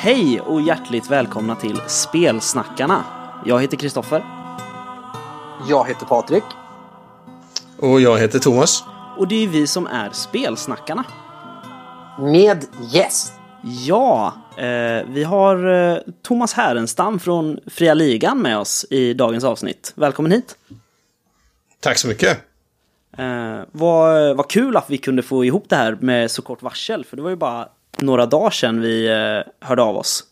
Hej och hjärtligt välkomna till Spelsnackarna. Jag heter Kristoffer. Jag heter Patrik. Och jag heter Thomas. Och det är vi som är Spelsnackarna. Med gäst. Ja, vi har Thomas Härenstam från Fria Ligan med oss i dagens avsnitt. Välkommen hit. Tack så mycket. Vad kul att vi kunde få ihop det här med så kort varsel. För det var ju bara några dagar sedan vi hörde av oss.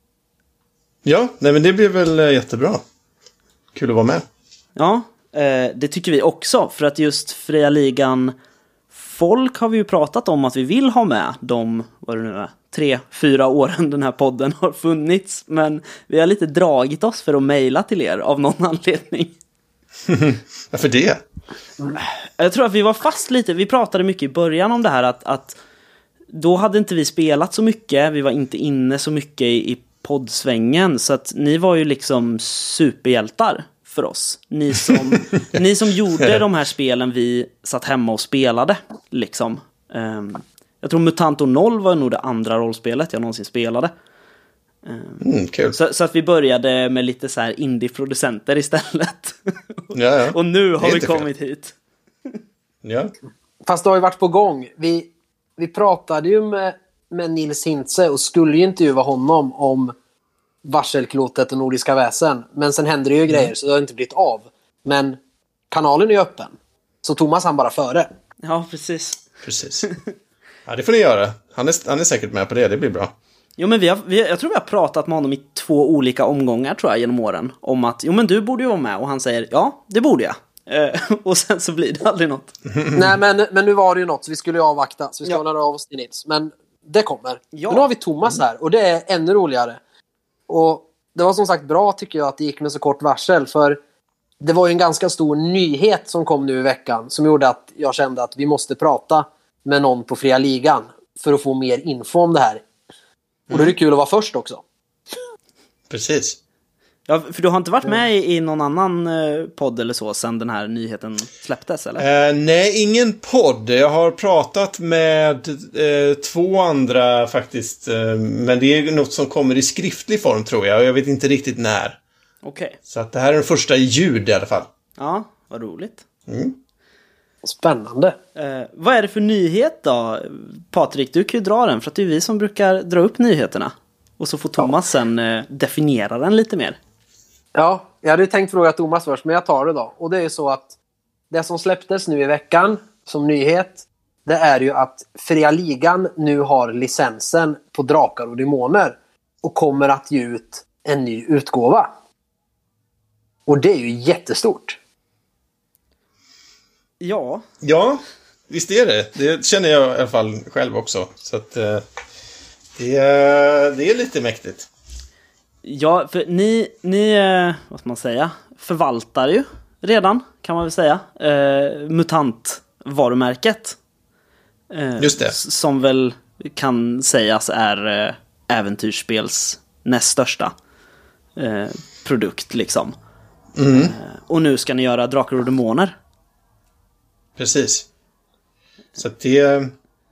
Ja, nej men det blir väl jättebra. Kul att vara med. Ja, det tycker vi också. För att just Fria Ligan folk har vi ju pratat om att vi vill ha med de, vad det nu är, 3-4 åren den här podden har funnits. Men vi har lite dragit oss för att mejla till er av någon anledning. Varför det? Jag tror att vi var fast lite. Vi pratade mycket i början om det här att då hade inte vi spelat så mycket. Vi var inte inne så mycket i poddsvängen. Så att ni var ju liksom superhjältar för oss. Ni som gjorde de här spelen vi satt hemma och spelade. Liksom. Jag tror Mutanto 0 var nog det andra rollspelet jag någonsin spelade. Kul. Så att vi började med lite så här indie-producenter istället. Ja. Och nu har vi kommit hit. Ja. Fast det har ju varit på gång. Vi pratade ju med Nils Hintze och skulle ju intervjua honom om Varselklotet och Nordiska väsen. Men sen hände det ju grejer så det har inte blivit av. Men kanalen är ju öppen. Så Thomas han bara före. Ja, precis. Ja, det får ni göra. Han är säkert med på det. Det blir bra. Jo, men jag tror vi har pratat med honom i 2 olika omgångar tror jag genom åren. Om att, men du borde ju vara med. Och han säger, ja, det borde jag. Och sen så blir det aldrig något. Nej, men nu var det ju något så vi skulle ju avvakta. Så vi ska höra av oss till Nils. Men det kommer. Ja. Men nu har vi Thomas här och det är ännu roligare. Och det var som sagt bra tycker jag att det gick med så kort varsel. För det var ju en ganska stor nyhet som kom nu i veckan. Som gjorde att jag kände att vi måste prata med någon på Fria Ligan. För att få mer info om det här. Och då är det kul att vara först också. Precis. Ja, för du har inte varit med i någon annan podd eller så sen den här nyheten släpptes, eller? Nej, ingen podd. Jag har pratat med 2 andra faktiskt. Men det är något som kommer i skriftlig form tror jag. Och jag vet inte riktigt när. Okej. Så att det här är den första i ljud i alla fall. Ja, vad roligt. Spännande. Vad är det för nyhet då? Patrik, du kan ju dra den. För att det är vi som brukar dra upp nyheterna. Och så får Thomas sen definiera den lite mer. Ja, jag hade tänkt fråga Thomas först, men jag tar det då. Och det är ju så att det som släpptes nu i veckan som nyhet, det är ju att Fria Ligan nu har licensen på Drakar och Demoner och kommer att ge ut en ny utgåva. Och det är ju jättestort. Ja. Ja, visst är det. Det känner jag i alla fall själv också. Så att det är lite mäktigt. Ja, för ni vad ska man säga, förvaltar ju redan, kan man väl säga, MUTANT-varumärket. Just det. Som väl kan sägas är äventyrsspels näst största produkt, liksom. Och nu ska ni göra Drakar och Demoner. Precis. Så att det är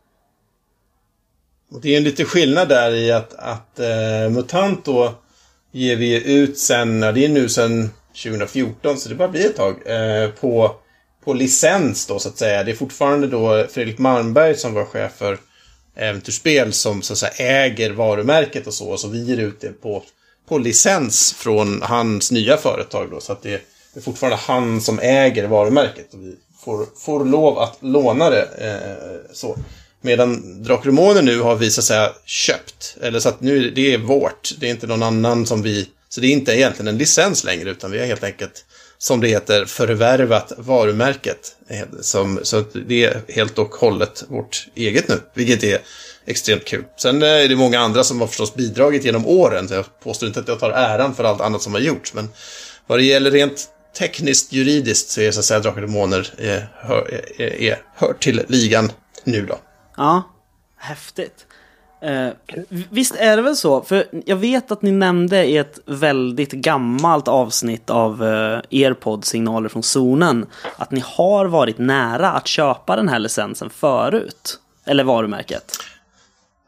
en lite skillnad där i att MUTANT då ger vi ut sen, det är nu sen 2014 så det bara blir ett tag på licens då så att säga. Det är fortfarande då Fredrik Malmberg som var chef för äventyrsspel som så att säga äger varumärket och så vi ger ut det på licens från hans nya företag då så att det är fortfarande han som äger varumärket och vi får lov att låna det så. Medan Drakar och Demoner nu har vi så att säga köpt. Eller så att nu det är vårt. Det är inte någon annan som vi... Så det är inte egentligen en licens längre. Utan vi har helt enkelt, som det heter, förvärvat varumärket. Så att det är helt och hållet vårt eget nu. Vilket är extremt kul. Sen är det många andra som har förstås bidragit genom åren. Så jag påstår inte att jag tar äran för allt annat som har gjorts. Men vad det gäller rent tekniskt, juridiskt så är så att säga Drakar och Demoner hör till ligan nu då. Ja, häftigt. Visst är det väl så? För jag vet att ni nämnde i ett väldigt gammalt avsnitt av er podd Signaler från zonen att ni har varit nära att köpa den här licensen förut. Eller varumärket.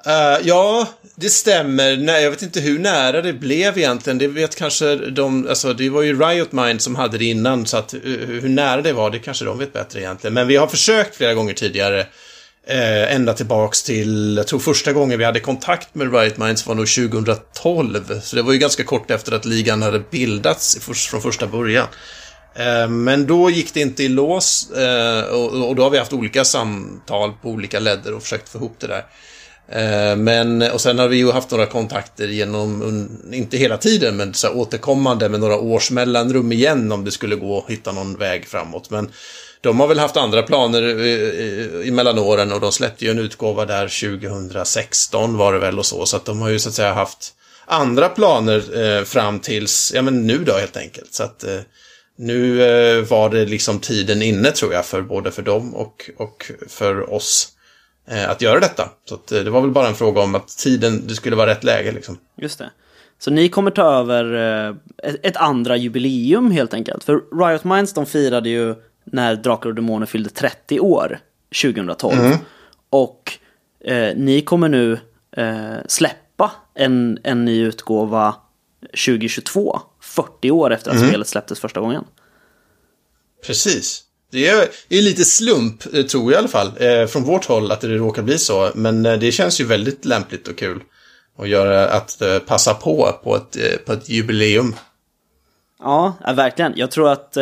Ja, det stämmer. Nej, jag vet inte hur nära det blev egentligen. Det vet kanske alltså det var ju Riot Mind som hade det innan, så att hur nära det var, det kanske de vet bättre egentligen. Men vi har försökt flera gånger tidigare, ända tillbaks till, jag tror första gången vi hade kontakt med Riot Minds var nog 2012. Så det var ju ganska kort efter att ligan hade bildats från första början. Men då gick det inte i lås, och då har vi haft olika samtal på olika ledder och försökt få ihop det där. Och sen har vi ju haft några kontakter genom, inte hela tiden, men så återkommande med några års mellanrum igen om det skulle gå att hitta någon väg framåt. Men de har väl haft andra planer i mellan åren, och de släppte ju en utgåva där 2016 var det väl, och så att de har ju så att säga haft andra planer fram tills, ja men nu då helt enkelt. Så att nu var det liksom tiden inne, tror jag, för både för dem och för oss att göra detta. Så att det var väl bara en fråga om att tiden, det skulle vara rätt läge liksom. Just det. Så ni kommer ta över ett andra jubileum helt enkelt. För Riot Minds, de firade ju när Drakar och Demoner fyllde 30 år 2012. Och ni kommer nu släppa en ny utgåva 2022, 40 år efter att spelet släpptes första gången. Precis. Det är lite slump, tror jag i alla fall, från vårt håll att det råkar bli så. Men det känns ju väldigt lämpligt och kul att göra, att passa på ett jubileum. Ja, verkligen. Jag tror att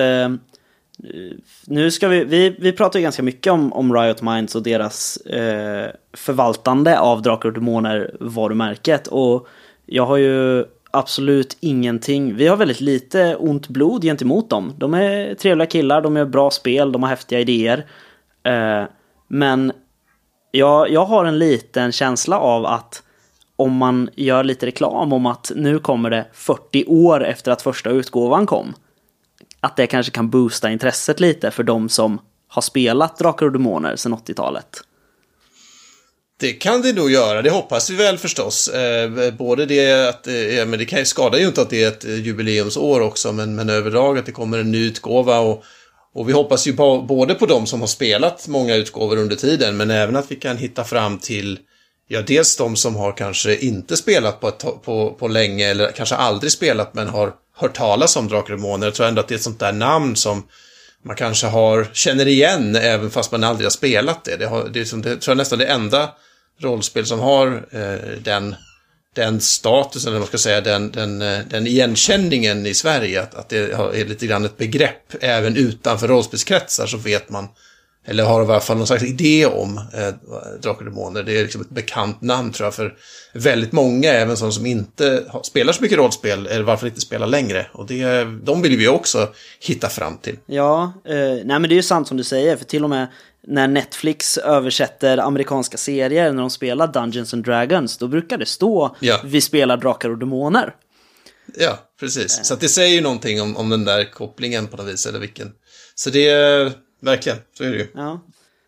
nu ska vi pratar ju ganska mycket om Riot Minds och deras förvaltande av Drakar och Demoner varumärket. Och jag har ju absolut ingenting. Vi har väldigt lite ont blod gentemot dem. De är trevliga killar, de gör bra spel, de har häftiga idéer. Men jag har en liten känsla av att om man gör lite reklam om att nu kommer det 40 år efter att första utgåvan kom, att det kanske kan boosta intresset lite för de som har spelat Drakar och Demoner sedan 80-talet. Det kan det nog göra, det hoppas vi väl förstås. Både det att, men det kan ju skada ju inte att det är ett jubileumsår också, men överlag att det kommer en ny utgåva, och vi hoppas ju både på de som har spelat många utgåvor under tiden, men även att vi kan hitta fram till, ja, dels de som har kanske inte spelat på länge, eller kanske aldrig spelat men har hört talas om Drakar och Demoner. Jag tror ändå att det är ett sånt där namn som man kanske känner igen även fast man aldrig har spelat det. Det tror jag nästan det enda rollspel som har den statusen, eller man ska säga den igenkänningen i Sverige, att det är lite grann ett begrepp även utanför rollspelskretsar, så vet man, eller har i alla fall någon slags idé om Drakar och Demoner. Det är liksom ett bekant namn, tror jag, för väldigt många, även sådana som inte spelar så mycket rollspel, eller varför inte spelar längre. Och de vill vi också hitta fram till. Ja, nej men det är ju sant som du säger, för till och med när Netflix översätter amerikanska serier, när de spelar Dungeons and Dragons, då brukar det stå vi spelar Drakar och Demoner. Ja, precis. Så att det säger ju någonting om den där kopplingen på något vis, eller vilken. Så det är verkligen, så är det ju. Ja.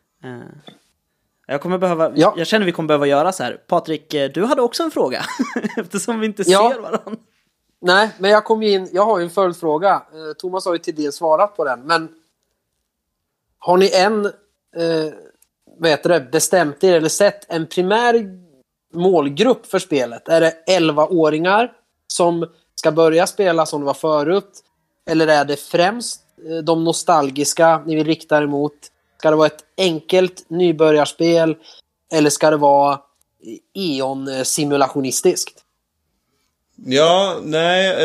Jag känner vi kommer behöva göra så här. Patrik, du hade också en fråga eftersom vi inte ser varandra. Nej, men jag har ju en följdfråga. Thomas har ju till del svarat på den, men har ni bestämt er eller sett en primär målgrupp för spelet? Är det 11-åringar som ska börja spela som det var förut? Eller är det främst de nostalgiska ni vill rikta emot? Ska det vara ett enkelt nybörjarspel? Eller ska det vara simulationistiskt? Ja, nej...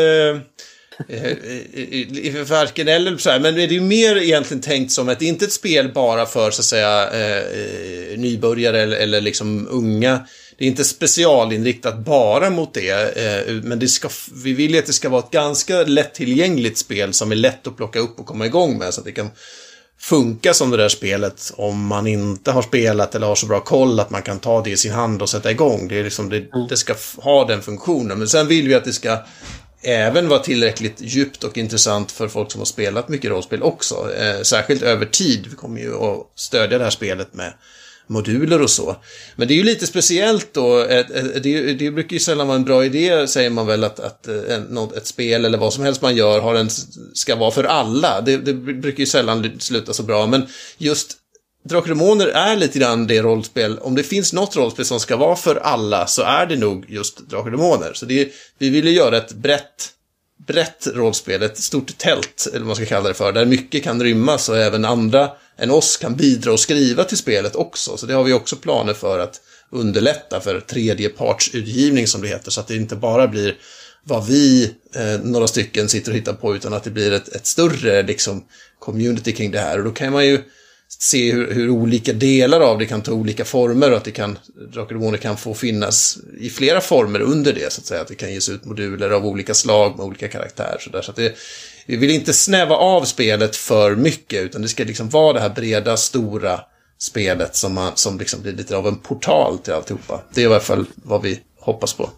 varken eller så här, men det är ju mer egentligen tänkt som att det är inte ett spel bara för, så att säga, nybörjare eller liksom unga. Det är inte specialinriktat bara mot det, men vi vill ju att det ska vara ett ganska lättillgängligt spel som är lätt att plocka upp och komma igång med, så att det kan funka som det där spelet om man inte har spelat eller har så bra koll att man kan ta det i sin hand och sätta igång. Det är liksom det ska ha den funktionen, men sen vill vi att det ska även vara tillräckligt djupt och intressant för folk som har spelat mycket rollspel också. Särskilt över tid. Vi kommer ju att stödja det här spelet med moduler och så. Men det är ju lite speciellt då. Det brukar ju sällan vara en bra idé, säger man väl, att ett spel eller vad som helst man gör ska vara för alla. Det brukar ju sällan sluta så bra. Men just Drakar och Demoner är lite grann det rollspel. Om det finns något rollspel som ska vara för alla så är det nog just Drakar och Demoner. Så vi ville göra ett brett rollspel, ett stort tält, eller vad man ska kalla det för, där mycket kan rymmas och även andra än oss kan bidra och skriva till spelet också. Så det har vi också planer för att underlätta för tredjepartsutgivning som det heter, så att det inte bara blir vad vi, några stycken, sitter och hittar på, utan att det blir ett större liksom community kring det här. Och då kan man ju se hur olika delar av det kan ta olika former, och att Drakar och Demoner kan få finnas i flera former under det, så att säga. Att det kan ges ut moduler av olika slag med olika karaktärer. Så att vi vill inte snäva av spelet för mycket, utan det ska liksom vara det här breda, stora spelet som liksom blir lite av en portal till alltihopa. Det är i alla fall vad vi hoppas på.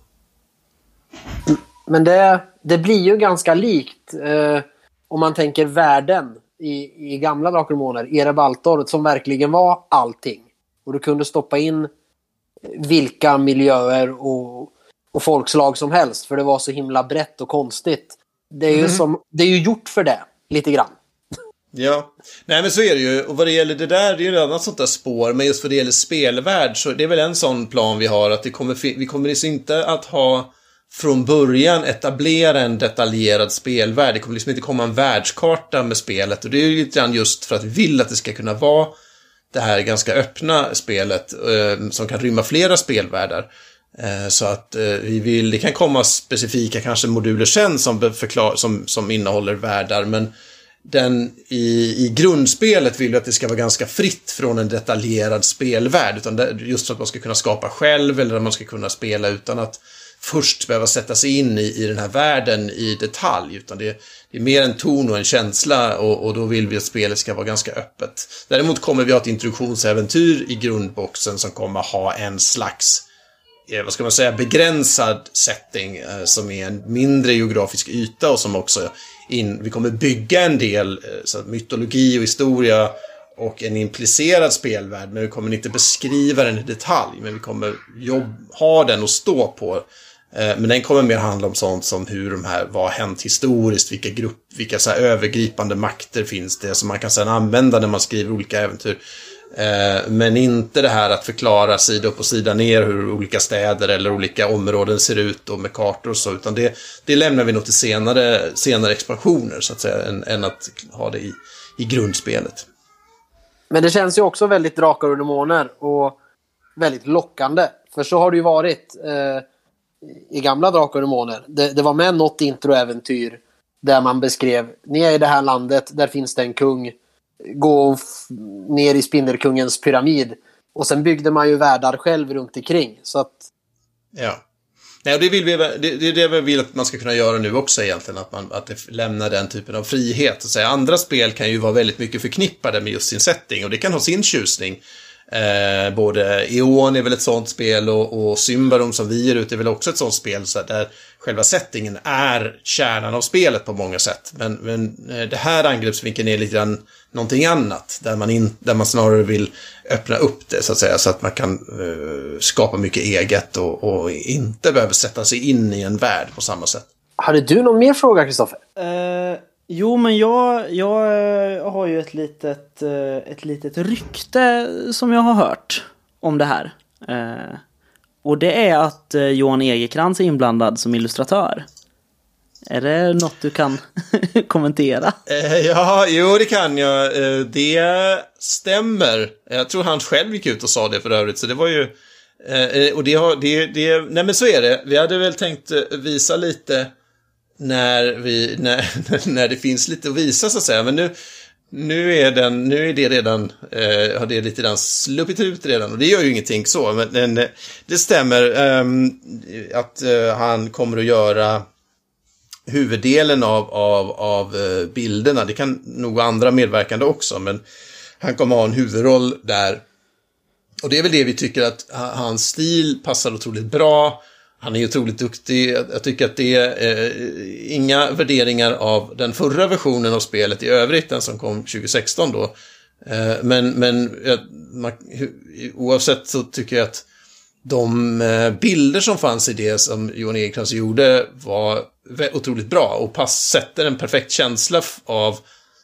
Men det blir ju ganska likt om man tänker världen i gamla Drakar och Demoner, Erebaltor, som verkligen var allting. Och du kunde stoppa in vilka miljöer och folkslag som helst, för det var så himla brett och konstigt. Det är ju gjort för det, lite grann. Ja, nej men så är det ju. Och vad det gäller det där, det är ju ett annat sånt där spår. Men just vad det gäller spelvärld, så det är väl en sån plan vi har, att vi kommer liksom inte att ha från början etablera en detaljerad spelvärld. Det kommer liksom inte komma en världskarta med spelet. Och det är ju lite grann just för att vi vill att det ska kunna vara det här ganska öppna spelet som kan rymma flera spelvärldar. Så att det kan komma specifika kanske moduler sen som innehåller världar, men i grundspelet vill vi att det ska vara ganska fritt från en detaljerad spelvärld, utan just för att man ska kunna skapa själv, eller att man ska kunna spela utan att först behöva sätta sig in i den här världen i detalj, utan det är mer en ton och en känsla, och då vill vi att spelet ska vara ganska öppet. Däremot kommer vi ha ett introduktionsäventyr i grundboxen som kommer ha en slags, vad ska man säga, begränsad setting som är en mindre geografisk yta, och som också vi kommer bygga en del så att mytologi och historia och en implicerad spelvärld, men vi kommer inte beskriva den i detalj, men vi kommer ha den att stå på. Men den kommer mer handla om sånt som hur vad har hänt historiskt, vilka så här övergripande makter finns det som man kan sedan använda när man skriver olika äventyr. Men inte det här att förklara sida upp och sida ner hur olika städer eller olika områden ser ut och med kartor och så, utan det lämnar vi nog till senare expansioner, så att säga, än att ha det i grundspelet. Men det känns ju också väldigt Drakar och Demoner och väldigt lockande, för så har det ju varit i gamla Drakar och Demoner. Det var med något introäventyr där man beskrev, ni är i det här landet, där finns det en kung, gå ner i Spindelkungens pyramid, och sen byggde man ju världar själv runt omkring, så att ja. Nej, och det är det vi vill att man ska kunna göra nu också egentligen, att det lämnar den typen av frihet. Så andra spel kan ju vara väldigt mycket förknippade med just sin setting, och det kan ha sin tjusning. Både Eon är väl ett sånt spel, och Symbarom som vi ger ut är väl också ett sånt spel, så där själva settingen är kärnan av spelet på många sätt. Men det här angreppsvinkeln är lite grann någonting annat, där man snarare vill öppna upp det, så att säga, så att man kan skapa mycket eget och inte behöver sätta sig in i en värld på samma sätt. Hade du någon mer fråga, Kristoffer? Jo, men jag har ju ett litet rykte som jag har hört om det här. Och det är att Johan Egerkrans är inblandad som illustratör. Är det något du kan kommentera? Ja, jo, det kan jag. Det stämmer. Jag tror han själv gick ut och sa det för övrigt, så det var ju... Och nej, men så är det. Vi hade väl tänkt visa lite när det finns lite att visa, så att säga. Men nu är det redan har det lite grann sluppit ut redan, och det gör ju ingenting så, men det stämmer att han kommer att göra huvuddelen av bilderna. Det kan nog andra medverkande också, men han kommer ha en huvudroll där. Och det är väl det vi tycker, att hans stil passar otroligt bra. Han är ju otroligt duktig. Jag tycker att det är inga värderingar av den förra versionen av spelet i övrigt, den som kom 2016 då. Men oavsett så tycker jag att de bilder som fanns i det som Johan Egerkrans gjorde var otroligt bra och sätter en perfekt känsla av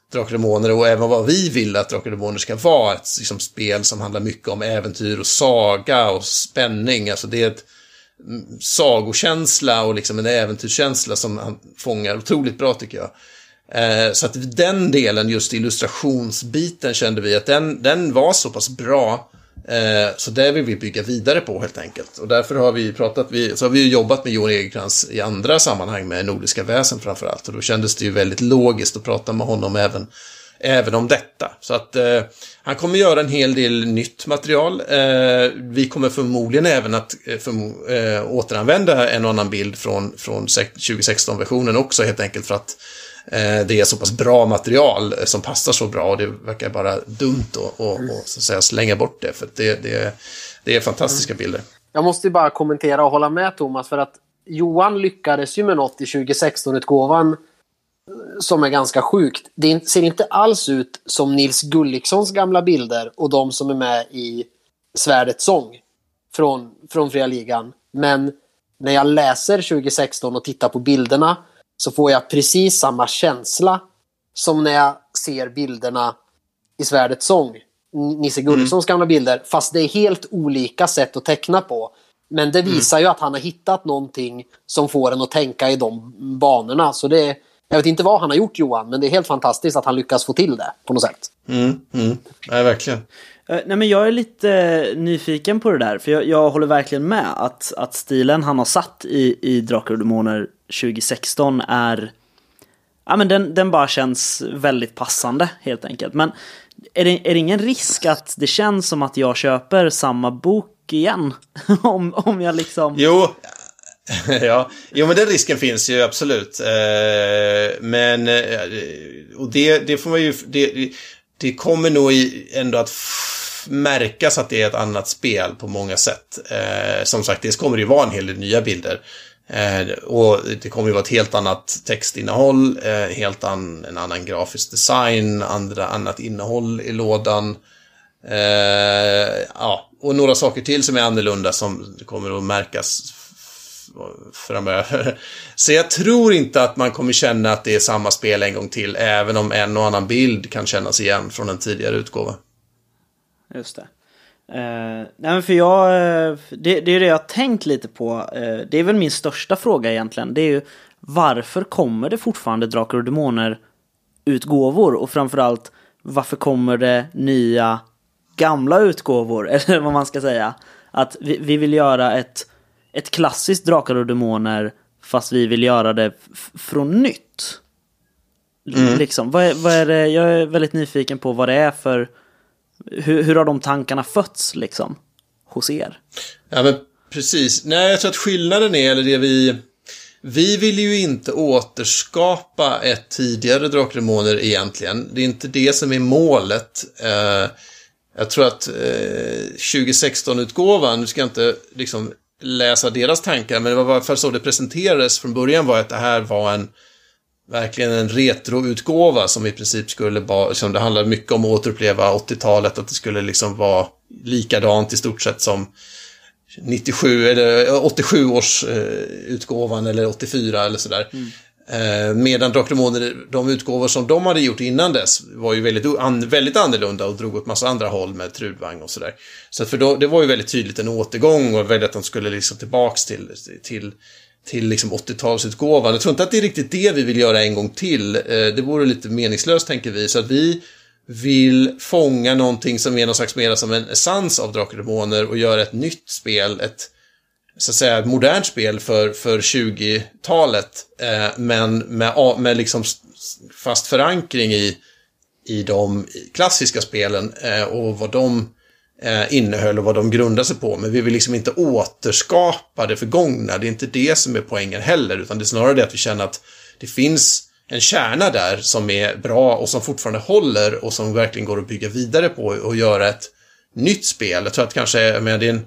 Drakar och Demoner och även vad vi vill att Drakar och Demoner ska vara. Ett liksom, spel som handlar mycket om äventyr och saga och spänning. Alltså det är ett sagokänsla och liksom en äventyrskänsla som han fångar otroligt bra tycker jag. Så att den delen, just illustrationsbiten, kände vi att den var så pass bra. Så där vill vi bygga vidare på helt enkelt. Och därför har vi jobbat med Jon Egerkrans i andra sammanhang med Nordiska väsen framförallt. Och då kändes det ju väldigt logiskt att prata med honom även om detta. Så att han kommer göra en hel del nytt material. Vi kommer förmodligen även att återanvända en och annan bild från 2016-versionen också, helt enkelt för att det är så pass bra material som passar så bra, och det verkar bara dumt att så att säga, slänga bort det, för det är fantastiska bilder. Jag måste ju bara kommentera och hålla med Thomas, för att Johan lyckades ju med något i 2016-utgåvan som är ganska sjukt. Det ser inte alls ut som Nils Gullikssons gamla bilder och de som är med i Svärdets sång från Fria Ligan. Men när jag läser 2016 och tittar på bilderna så får jag precis samma känsla som när jag ser bilderna i Svärdets sång. Nisse Gullikssons gamla bilder, fast det är helt olika sätt att teckna på. Men det visar ju att han har hittat någonting som får en att tänka i de banorna. Så jag vet inte vad han har gjort, Johan, men det är helt fantastiskt att han lyckas få till det på något sätt. Nej, verkligen. Nej, men jag är lite nyfiken på det där, för jag håller verkligen med att stilen han har satt i Drakar och Demoner 2016 är, ja, men den bara känns väldigt passande helt enkelt. Men är det ingen risk att det känns som att jag köper samma bok igen om jag liksom... Jo, men den risken finns ju absolut. Men och det får man ju, det kommer nog ändå att märkas att det är ett annat spel på många sätt. Som sagt, det kommer ju vara en hel del nya bilder. Och det kommer ju vara ett helt annat textinnehåll, en annan grafisk design, annat innehåll i lådan. Och några saker till som är annorlunda som kommer att märkas framöver. Så jag tror inte att man kommer känna att det är samma spel en gång till, även om en och annan bild kan kännas igen från en tidigare utgåva. Just det. Nej, men för det är det jag har tänkt lite på. Det är väl min största fråga egentligen. Det är ju, varför kommer det fortfarande Drakar och Demoner utgåvor? Och framförallt, varför kommer det nya gamla utgåvor? Eller vad man ska säga. Att vi vill göra ett klassiskt Drakar och Demoner, fast vi vill göra det från nytt. Liksom, vad är det? Jag är väldigt nyfiken på vad det är för... Hur har de tankarna fötts liksom hos er? Ja, men precis. Nej, jag tror att skillnaden är, eller det vi vill ju inte återskapa ett tidigare Drakar och Demoner egentligen. Det är inte det som är målet. Jag tror att 2016-utgåvan, nu ska jag inte liksom läsa deras tankar, men det var för så det presenterades från början, var att det här var verkligen en retroutgåva som i princip skulle vara, som det handlade mycket om att återuppleva 80-talet, att det skulle liksom vara likadant i stort sett som 97 eller 87 års utgåvan eller 84 eller sådär. Medan Drakar och Demoner, de utgåvor som de hade gjort innan dess, var ju väldigt annorlunda och drog åt massa andra håll med trudvagn och sådär. Så att det var ju väldigt tydligt en återgång, och väldigt att de skulle liksom tillbaks till liksom 80-talsutgåvan. Jag tror inte att det är riktigt det vi vill göra en gång till. Det vore lite meningslöst, tänker vi. Så att vi vill fånga någonting som är någon slags mer som en essens av Drakar och Demoner och göra ett nytt spel, ett så att säga modernt spel för 20-talet, men med liksom fast förankring i de klassiska spelen och vad de innehöll och vad de grundar sig på. Men vi vill liksom inte återskapa det förgångna. Det är inte det som är poängen heller, utan det är snarare det att vi känner att det finns en kärna där som är bra och som fortfarande håller och som verkligen går att bygga vidare på och göra ett nytt spel. Jag tror att kanske med det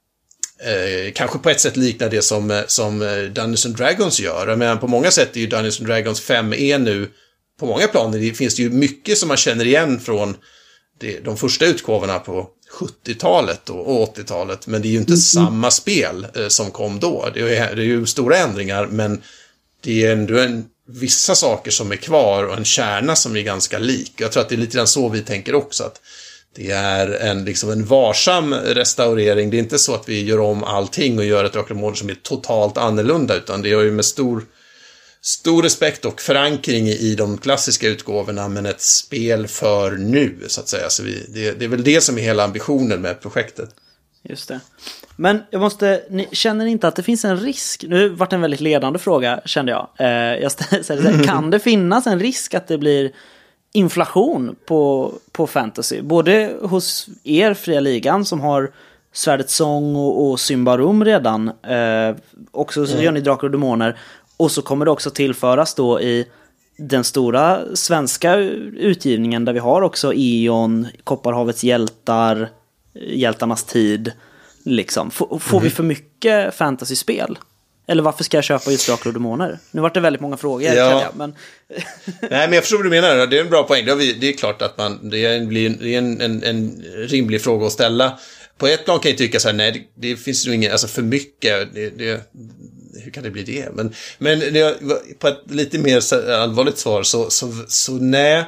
kanske på ett sätt liknar det som Dungeons & Dragons gör. Men på många sätt är ju Dungeons & Dragons 5e nu på många planer. Det finns ju mycket som man känner igen från de första utgåvorna på 70-talet och 80-talet, men det är ju inte samma spel som kom då. Det är ju stora ändringar, men det är ändå vissa saker som är kvar och en kärna som är ganska lik. Jag tror att det är lite grann så vi tänker också, att det är liksom en varsam restaurering. Det är inte så att vi gör om allting och gör ett Drakar och Demoner som är totalt annorlunda, utan det är ju med stor respekt och förankring i de klassiska utgåvorna, men ett spel för nu, så att säga. Så det är väl det som är hela ambitionen med projektet. Just det. Men känner ni inte att det finns en risk? Nu var det en väldigt ledande fråga, kände jag. Kan det finnas en risk att det blir inflation på fantasy? Både hos er, Fria Ligan, som har Svärdets Sång och Symbaroum redan. Också så gör ni Drakar och Demoner. Och så kommer det också tillföras då i den stora svenska utgivningen, där vi har också Eon, Kopparhavets hjältar, Hjältarnas tid. Liksom. Får vi för mycket fantasyspel? Eller varför ska jag köpa just Drakar och Demoner? Nu var det väldigt många frågor. Ja. Men... Nej, men jag förstår vad du menar. Det är en bra poäng. Det är klart att det blir en rimlig fråga att ställa. På ett plan kan jag tycka så här, nej, det finns ju ingen, alltså för mycket, hur kan det bli det? Men på ett lite mer allvarligt svar så nej,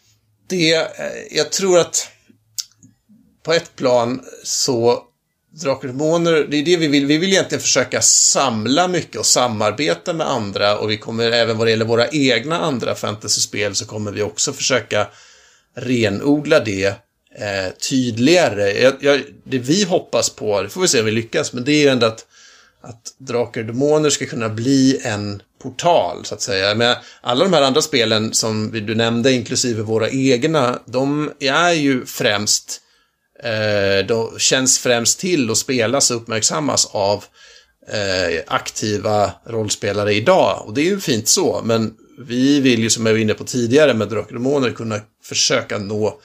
jag tror att på ett plan så Drakar och Demoner, det är det vi vill. Vi vill egentligen försöka samla mycket och samarbeta med andra, och vi kommer även vad det gäller våra egna andra fantasyspel så kommer vi också försöka renodla det tydligare. Det vi hoppas på, det får vi se om vi lyckas, men det är ju ändå att Drakar och Demoner ska kunna bli en portal, så att säga. Men alla de här andra spelen som du nämnde, inklusive våra egna, de är ju främst de känns främst till och spelas och uppmärksammas av aktiva rollspelare idag, och det är ju fint så, men vi vill ju, som jag var inne på tidigare med Drakar och Demoner, kunna försöka nå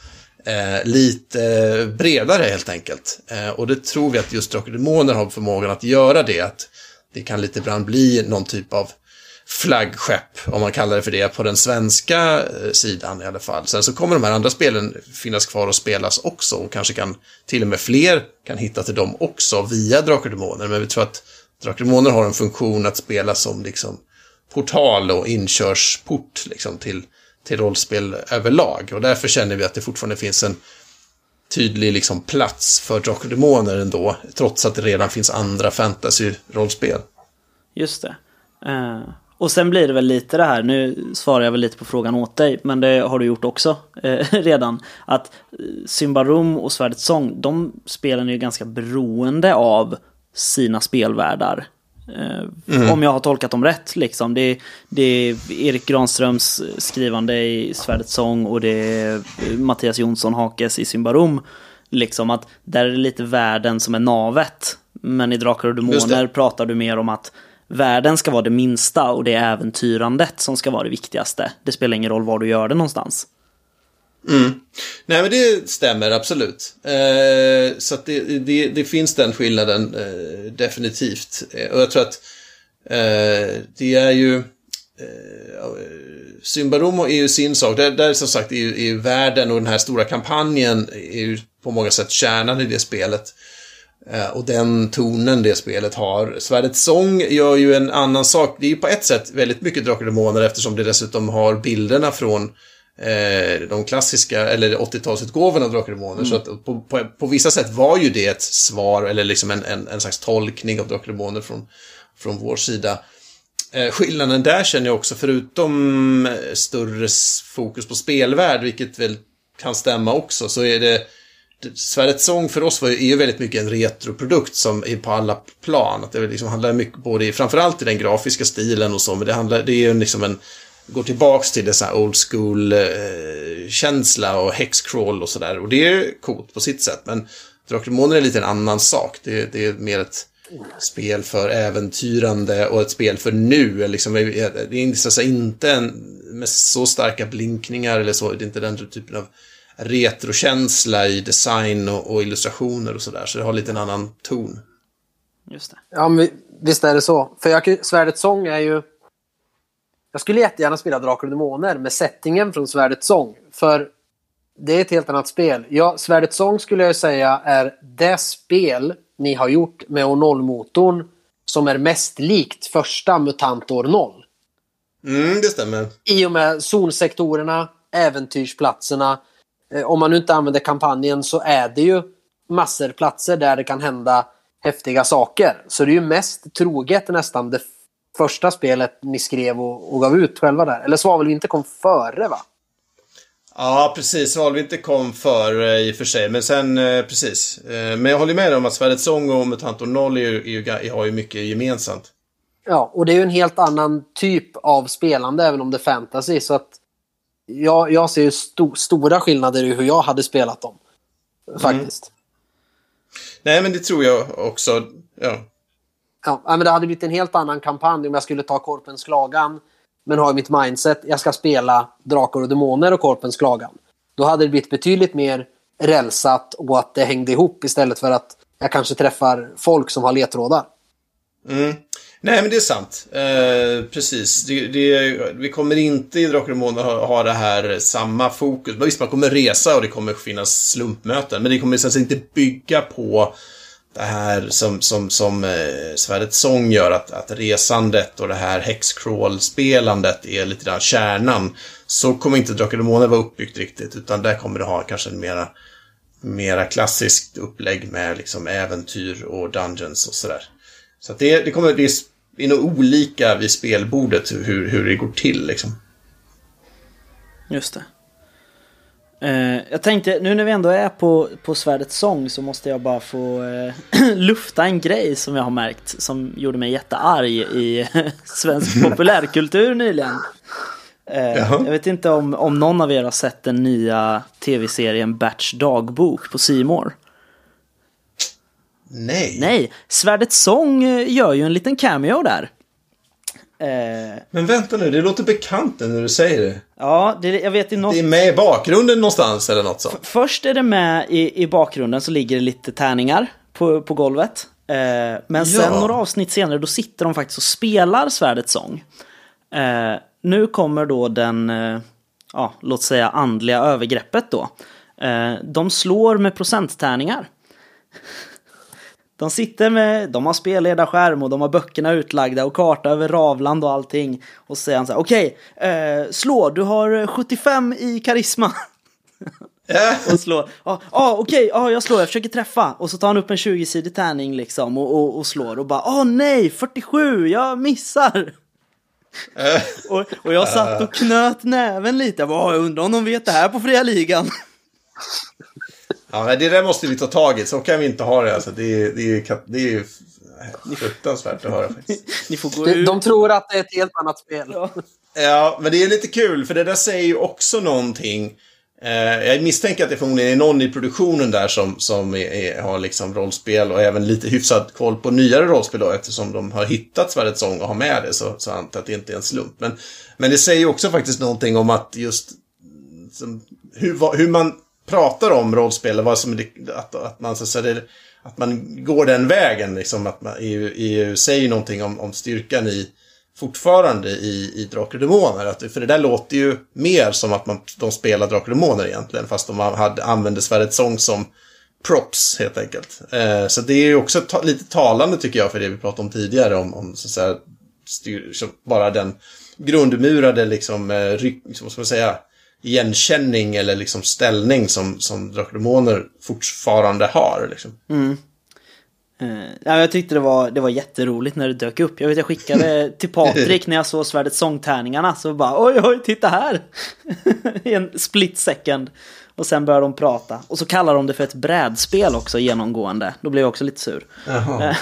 lite bredare helt enkelt, och det tror vi att just Drakar och Demoner har förmågan att göra det, att det kan lite ibland bli någon typ av flaggskepp, om man kallar det för det, på den svenska sidan i alla fall. Sen så kommer de här andra spelen finnas kvar och spelas också, och kanske kan till och med fler kan hitta till dem också via Drakar och Demoner, men vi tror att Drakar och Demoner har en funktion att spela som liksom portal och inkörsport liksom till rollspel överlag, och därför känner vi att det fortfarande finns en tydlig liksom plats för Drakar och Demoner ändå, trots att det redan finns andra fantasy-rollspel. Just det. Och sen blir det väl lite det här, nu svarar jag väl lite på frågan åt dig, men det har du gjort också redan, att Symbaroum och Svärdets Sång, de spelen är ju ganska beroende av sina spelvärldar. Om jag har tolkat dem rätt liksom. Det är Erik Granströms skrivande i Svärdets Sång, och det är Mattias Jonsson Hakes i Symbaroum, liksom, att där är det lite världen som är navet, men i Drakar och Demoner pratar du mer om att världen ska vara det minsta, och det är äventyrandet som ska vara det viktigaste. Det spelar ingen roll var du gör det någonstans. Nej, men det stämmer absolut. Så att det finns den skillnaden definitivt. Och jag tror att det är ju Symbaroum är ju sin sak. Där som sagt är ju världen och den här stora kampanjen är ju på många sätt kärnan i det spelet. Och den tonen det spelet har. Svärdets Sång gör ju en annan sak. Det är ju på ett sätt väldigt mycket Drakar och Demoner, eftersom det dessutom har bilderna från de klassiska eller 80-talsutgåvorna av Drakar och Demoner. Så att på vissa sätt var ju det ett svar, eller liksom en slags tolkning av Drakar och Demoner från vår sida. Skillnaden där känner jag också, förutom större fokus på spelvärld, vilket väl kan stämma också, så är det Svärdets Sång för oss är ju väldigt mycket en retroprodukt som är på alla plan. Att det liksom handlar mycket både framförallt i den grafiska stilen och så, men det är ju liksom går tillbaks till det så här old school känsla och hexcrawl och sådär, och det är coolt på sitt sätt, men Drakar och Demoner är lite en annan sak. Det är mer ett spel för äventyrande och ett spel för nu, liksom, det är så att säga inte med så starka blinkningar eller så, det är inte den typen av retrokänsla i design och illustrationer och sådär, så det har lite en annan ton. Just det. Ja, men visst är det så. För Svärdets Sång är ju... Jag skulle jättegärna spela Drakar och Demoner med settingen från Svärdets Sång, för det är ett helt annat spel. Ja, Svärdets Sång skulle jag säga är det spel ni har gjort med O0-motorn som är mest likt första MUTANT år 0. Det stämmer. I och med zonsektorerna, äventyrsplatserna. Om man nu inte använder kampanjen så är det ju massor platser där det kan hända häftiga saker. Så det är ju mest troget nästan det första spelet ni skrev och gav ut själva där. Eller Svavelvinter kom före, va? Ja, precis. Svavelvinter kom före i och för sig. Men sen, precis. Men jag håller med om att Svärdets sång och Mutantor 0 har ju mycket gemensamt. Ja, och det är ju en helt annan typ av spelande även om det är fantasy. Så att jag ser ju stora skillnader i hur jag hade spelat dem. Faktiskt. Nej, men det tror jag också. Ja, men det hade blivit en helt annan kampanj om jag skulle ta Korpens klagan. Men har i mitt mindset, jag ska spela Drakar och Demoner och Korpens klagan. Då hade det blivit betydligt mer rälsat och att det hängde ihop istället för att jag kanske träffar folk som har ledtrådar. Nej, men det är sant. Precis. Vi kommer inte i Drakar och Demoner ha det här samma fokus. Visst, man kommer resa och det kommer finnas slumpmöten. Men det kommer sen inte bygga på det här som Svärdets sång gör, att resandet och det här hexcrawl-spelandet är lite där kärnan. Så kommer inte Drakar och Demoner vara uppbyggt riktigt, utan där kommer det ha kanske en mera klassiskt upplägg med liksom äventyr och dungeons och sådär. Så att det kommer bli nog olika vid spelbordet hur det går till liksom. Just det. Jag tänkte, nu när vi ändå är på Svärdets sång så måste jag bara få lufta en grej som jag har märkt som gjorde mig jättearg i svensk populärkultur nyligen. Jag vet inte om någon av er har sett den nya tv-serien Berts dagbok på C More. Nej, Svärdets sång gör ju en liten cameo där. Men vänta nu, det låter bekant när du säger det. Ja, jag vet inte. Det är med i bakgrunden någonstans eller något sånt. Först är det med i bakgrunden, så ligger det lite tärningar på golvet. Men sen några avsnitt senare då sitter de faktiskt och spelar Svärdets sång. Nu kommer då den, låt säga andliga övergreppet då. De slår med procenttärningar. De har spelledarskärm och de har böckerna utlagda och karta över Ravland och allting. Och så säger han så här: okej, slå, du har 75 i karisma. Och slå. Okej, jag slår, jag försöker träffa. Och så tar han upp en 20-sidig tärning liksom och slår. Och bara, nej, 47, jag missar. Och jag satt och knöt näven lite. Jag undrar om de vet det här på Fria Ligan. Ja, det där måste vi ta tag i. Så kan vi inte ha det. Alltså, det är ju fruktansvärt att höra faktiskt. Ni får gå ut. De tror att det är ett helt annat spel. Ja, men det är lite kul. För det där säger ju också någonting. Jag misstänker att det förmodligen är någon i produktionen där som har liksom rollspel och även lite hyfsad koll på nyare rollspel då, eftersom de har hittat Svärdets sång och har med det, så antar jag att det inte är en slump. Men det säger ju också faktiskt någonting om att just hur man pratar om rollspel, vad som att man så att säga, att man går den vägen liksom, att man EU säger någonting om styrkan fortfarande i Drakar och Demoner. För det där låter ju mer som att de spelar Drakar och Demoner egentligen, fast de använder Svärdets sång som props helt enkelt. Så det är ju också lite talande tycker jag för det vi pratade om tidigare om så att säga, bara den grundmurade liksom, som ska man säga, igenkänning eller liksom ställning som Drakar och Demoner fortfarande har liksom. Jag tyckte det var jätteroligt när det dök upp. Jag skickade till Patrik när jag såg Svärdets sångtärningarna, så bara oj, titta här. I en split second. Och sen började de prata. Och så kallar de det för ett brädspel också genomgående. Då blev jag också lite sur. Jaha,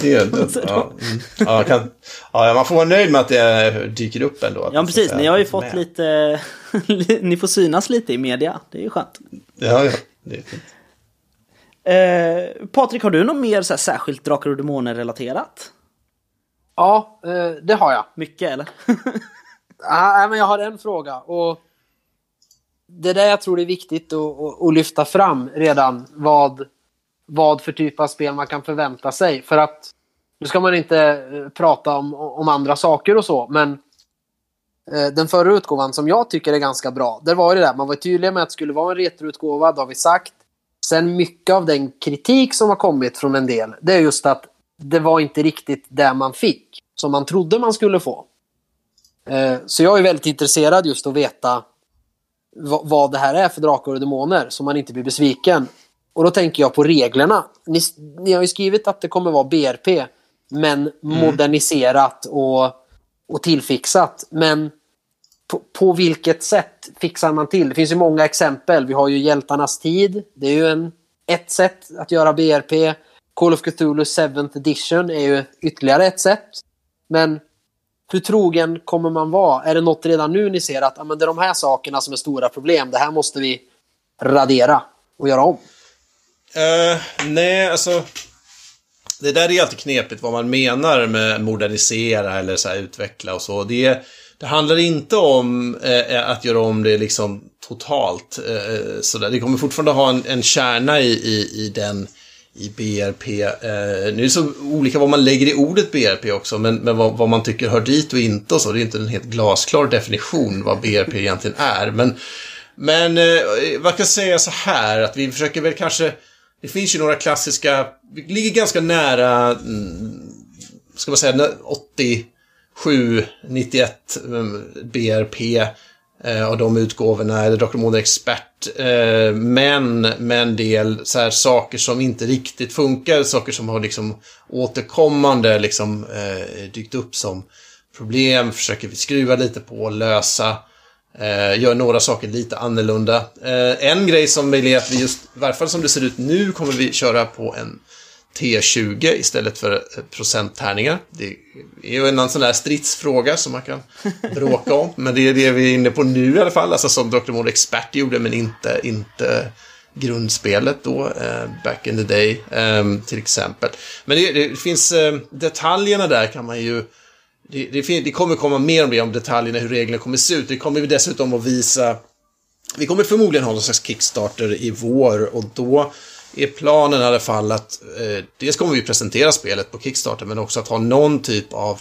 man får vara nöjd med att det dyker upp ändå. Ja, precis. Ni har ju fått lite ni får synas lite i media. Det är ju skönt. Ja, det är fint. Patrik, har du något mer så här särskilt Drakar och Demoner relaterat? Ja, det har jag. Mycket eller? Men jag har en fråga. Och det där jag tror det är viktigt att lyfta fram redan vad för typ av spel man kan förvänta sig. För att nu ska man inte prata om andra saker och så, men den förra utgåvan som jag tycker är ganska bra, där var det där, man var tydlig med att det skulle vara en retroutgåva, det har vi sagt. Sen mycket av den kritik som har kommit från en del, det är just att det var inte riktigt det man fick som man trodde man skulle få. Så jag är väldigt intresserad just att veta vad det här är för drakar och demoner, så man inte blir besviken. Och då tänker jag på reglerna. Ni har ju skrivit att det kommer vara BRP, men moderniserat och tillfixat. Men på vilket sätt fixar man till? Det finns ju många exempel. Vi har ju Hjältarnas tid. Det är ju ett sätt att göra BRP. Call of Cthulhu 7th edition är ju ytterligare ett sätt. Men hur trogen kommer man vara? Är det något redan nu ni ser att det är de här sakerna som är stora problem? Det här måste vi radera och göra om. Nej, alltså det där är alltid knepigt vad man menar med modernisera eller så här, utveckla och så. Det handlar inte om att göra om det liksom totalt. Så där. Det kommer fortfarande ha en kärna i BRP. Nu är det så olika vad man lägger i ordet BRP också, men vad man tycker hör dit och inte och så. Det är inte en helt glasklar definition vad BRP egentligen är. Men vad kan jag säga så här, att vi försöker väl kanske, det finns ju några klassiska, vi ligger ganska nära, ska man säga 87, 91 BRP och de utgåvorna, eller Dr. Måner Expert, men med en del så här saker som inte riktigt funkar, saker som har liksom återkommande liksom dykt upp som problem, försöker vi skruva lite på och lösa, gör några saker lite annorlunda. En grej som är att vi just, i varje fall som det ser ut nu, kommer vi köra på en T20 istället för procenttärningar. Det är ju en sån där stridsfråga som man kan bråka om, men det är det vi är inne på nu i alla fall, alltså som Dr. Måner Expert gjorde, men inte grundspelet då, back in the day, till exempel. Men det finns detaljerna där kan man ju, det kommer komma mer om det, om detaljerna, hur reglerna kommer se ut. Det kommer vi dessutom att visa, vi kommer förmodligen ha någon slags Kickstarter i vår, och då är planen i alla fall att dels kommer vi presentera spelet på Kickstarter, men också att ha någon typ av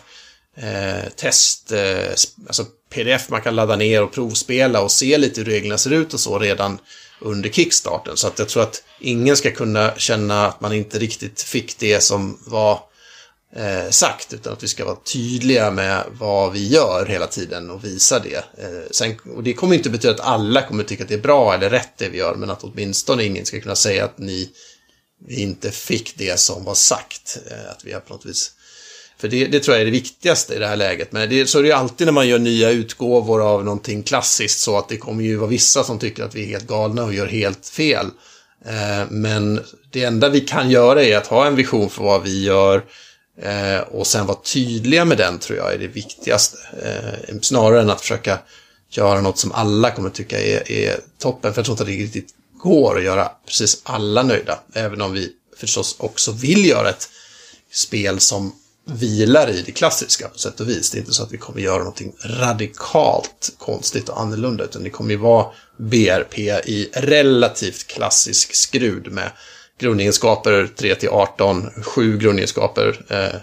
test, alltså pdf man kan ladda ner och provspela och se lite hur reglerna ser ut och så redan under Kickstarten. Så att jag tror att ingen ska kunna känna att man inte riktigt fick det som var sagt, utan att vi ska vara tydliga med vad vi gör hela tiden och visa det. Och det kommer inte betyda att alla kommer tycka att det är bra eller rätt det vi gör, men att åtminstone ingen ska kunna säga att vi inte fick det som var sagt. Att vi har på något vis, för det tror jag är det viktigaste i det här läget. Men så är det ju alltid när man gör nya utgåvor av någonting klassiskt, så att det kommer ju vara vissa som tycker att vi är helt galna och gör helt fel. Men det enda vi kan göra är att ha en vision för vad vi gör, och sen vara tydliga med den, tror jag är det viktigaste, snarare än att försöka göra något som alla kommer tycka är toppen, för jag tror inte att det riktigt går att göra precis alla nöjda, även om vi förstås också vill göra ett spel som vilar i det klassiska på sätt och vis. Det är inte så att vi kommer göra någonting radikalt konstigt och annorlunda, utan det kommer ju vara BRP i relativt klassisk skrud med grundegenskaper 3-18, 7 grundegenskaper,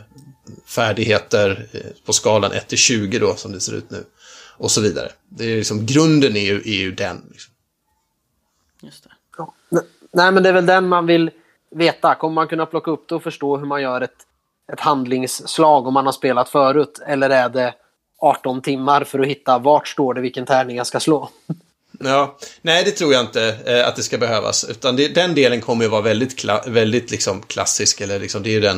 färdigheter på skalan 1-20 då, som det ser ut nu, och så vidare. Det är liksom, grunden är ju den. Liksom. Just det. Ja. Nej, men det är väl den man vill veta. Kommer man kunna plocka upp det och förstå hur man gör ett handlingsslag om man har spelat förut? Eller är det 18 timmar för att hitta vart står det vilken tärning jag ska slå? Ja, nej, det tror jag inte att det ska behövas, utan den delen kommer ju vara väldigt liksom klassisk, eller liksom, det är ju den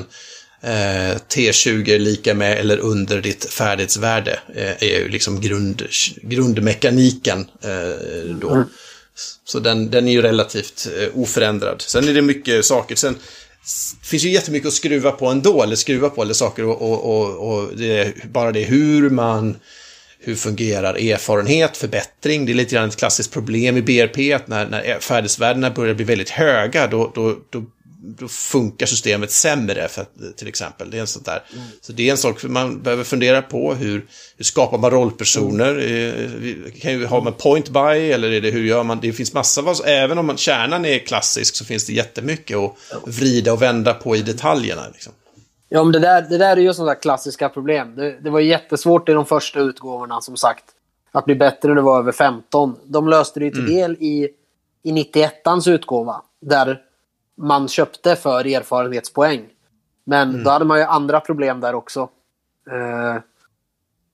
T20 lika med eller under ditt färdighetsvärde är ju liksom grundmekaniken då. Så den är ju relativt oförändrad. Sen är det mycket saker, sen finns ju jättemycket att skruva på ändå, eller saker, och det är bara det hur fungerar erfarenhet, förbättring. Det är lite grann ett klassiskt problem i BRP, att när färdighetsvärdena börjar bli väldigt höga, då funkar systemet sämre, till exempel. Det är en sånt där. Så det är en sak man behöver fundera på. Hur skapar man rollpersoner? Kan ju ha med point by, eller är det, hur gör man? Det finns massa, även om kärnan är klassisk, så finns det jättemycket att vrida och vända på i detaljerna liksom. Ja, men det där är ju sådana där klassiska problem. Det var jättesvårt i de första utgåvorna, som sagt, att bli bättre när det var över 15. De löste det till del i 91ans utgåva, där man köpte för erfarenhetspoäng. Men då hade man ju andra problem där också.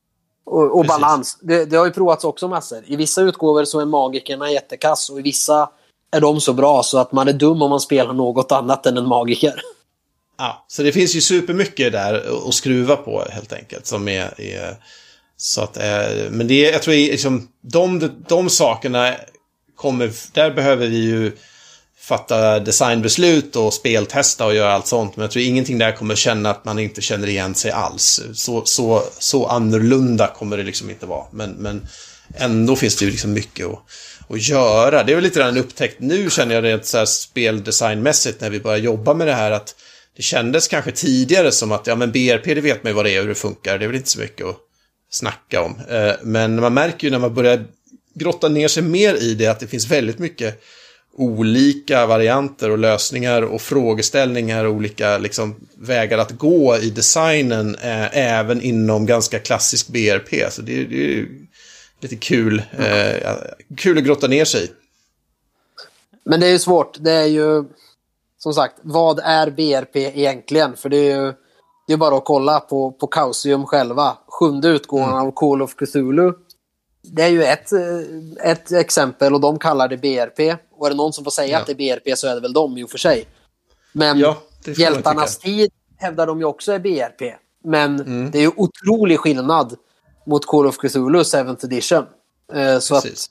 Och balans. Det har ju provats också massor. I vissa utgåvor så är magikerna jättekass och i vissa är de så bra så att man är dum om man spelar något annat än en magiker. Ja, så det finns ju supermycket där att skruva på helt enkelt som är så att men det är, jag tror liksom de sakerna där behöver vi ju fatta designbeslut och speltesta och göra allt sånt, men jag tror ingenting där kommer känna att man inte känner igen sig alls. Så annorlunda kommer det liksom inte vara, men ändå finns det ju liksom mycket att göra. Det är väl lite en upptäckt nu, känner jag, rent så här speldesignmässigt när vi börjar jobba med det här, att det kändes kanske tidigare som att ja, men BRP, det vet man ju vad det är och hur det funkar, det är väl inte så mycket att snacka om. Men man märker ju när man börjar grotta ner sig mer i det att det finns väldigt mycket olika varianter och lösningar och frågeställningar och olika liksom vägar att gå i designen även inom ganska klassisk BRP. Så det är lite kul att grotta ner sig i. Men det är ju svårt. Det är ju som sagt, vad är BRP egentligen? För det är ju bara att kolla på Chaosium själva. 7:e utgåvan av Call of Cthulhu. Det är ju ett exempel och de kallar det BRP. Och är det någon som får säga att det är BRP så är det väl de i och för sig. Men Hjältarnas tid hävdar de ju också är BRP. Men det är ju otrolig skillnad mot Call of Cthulhu 7th edition. Så att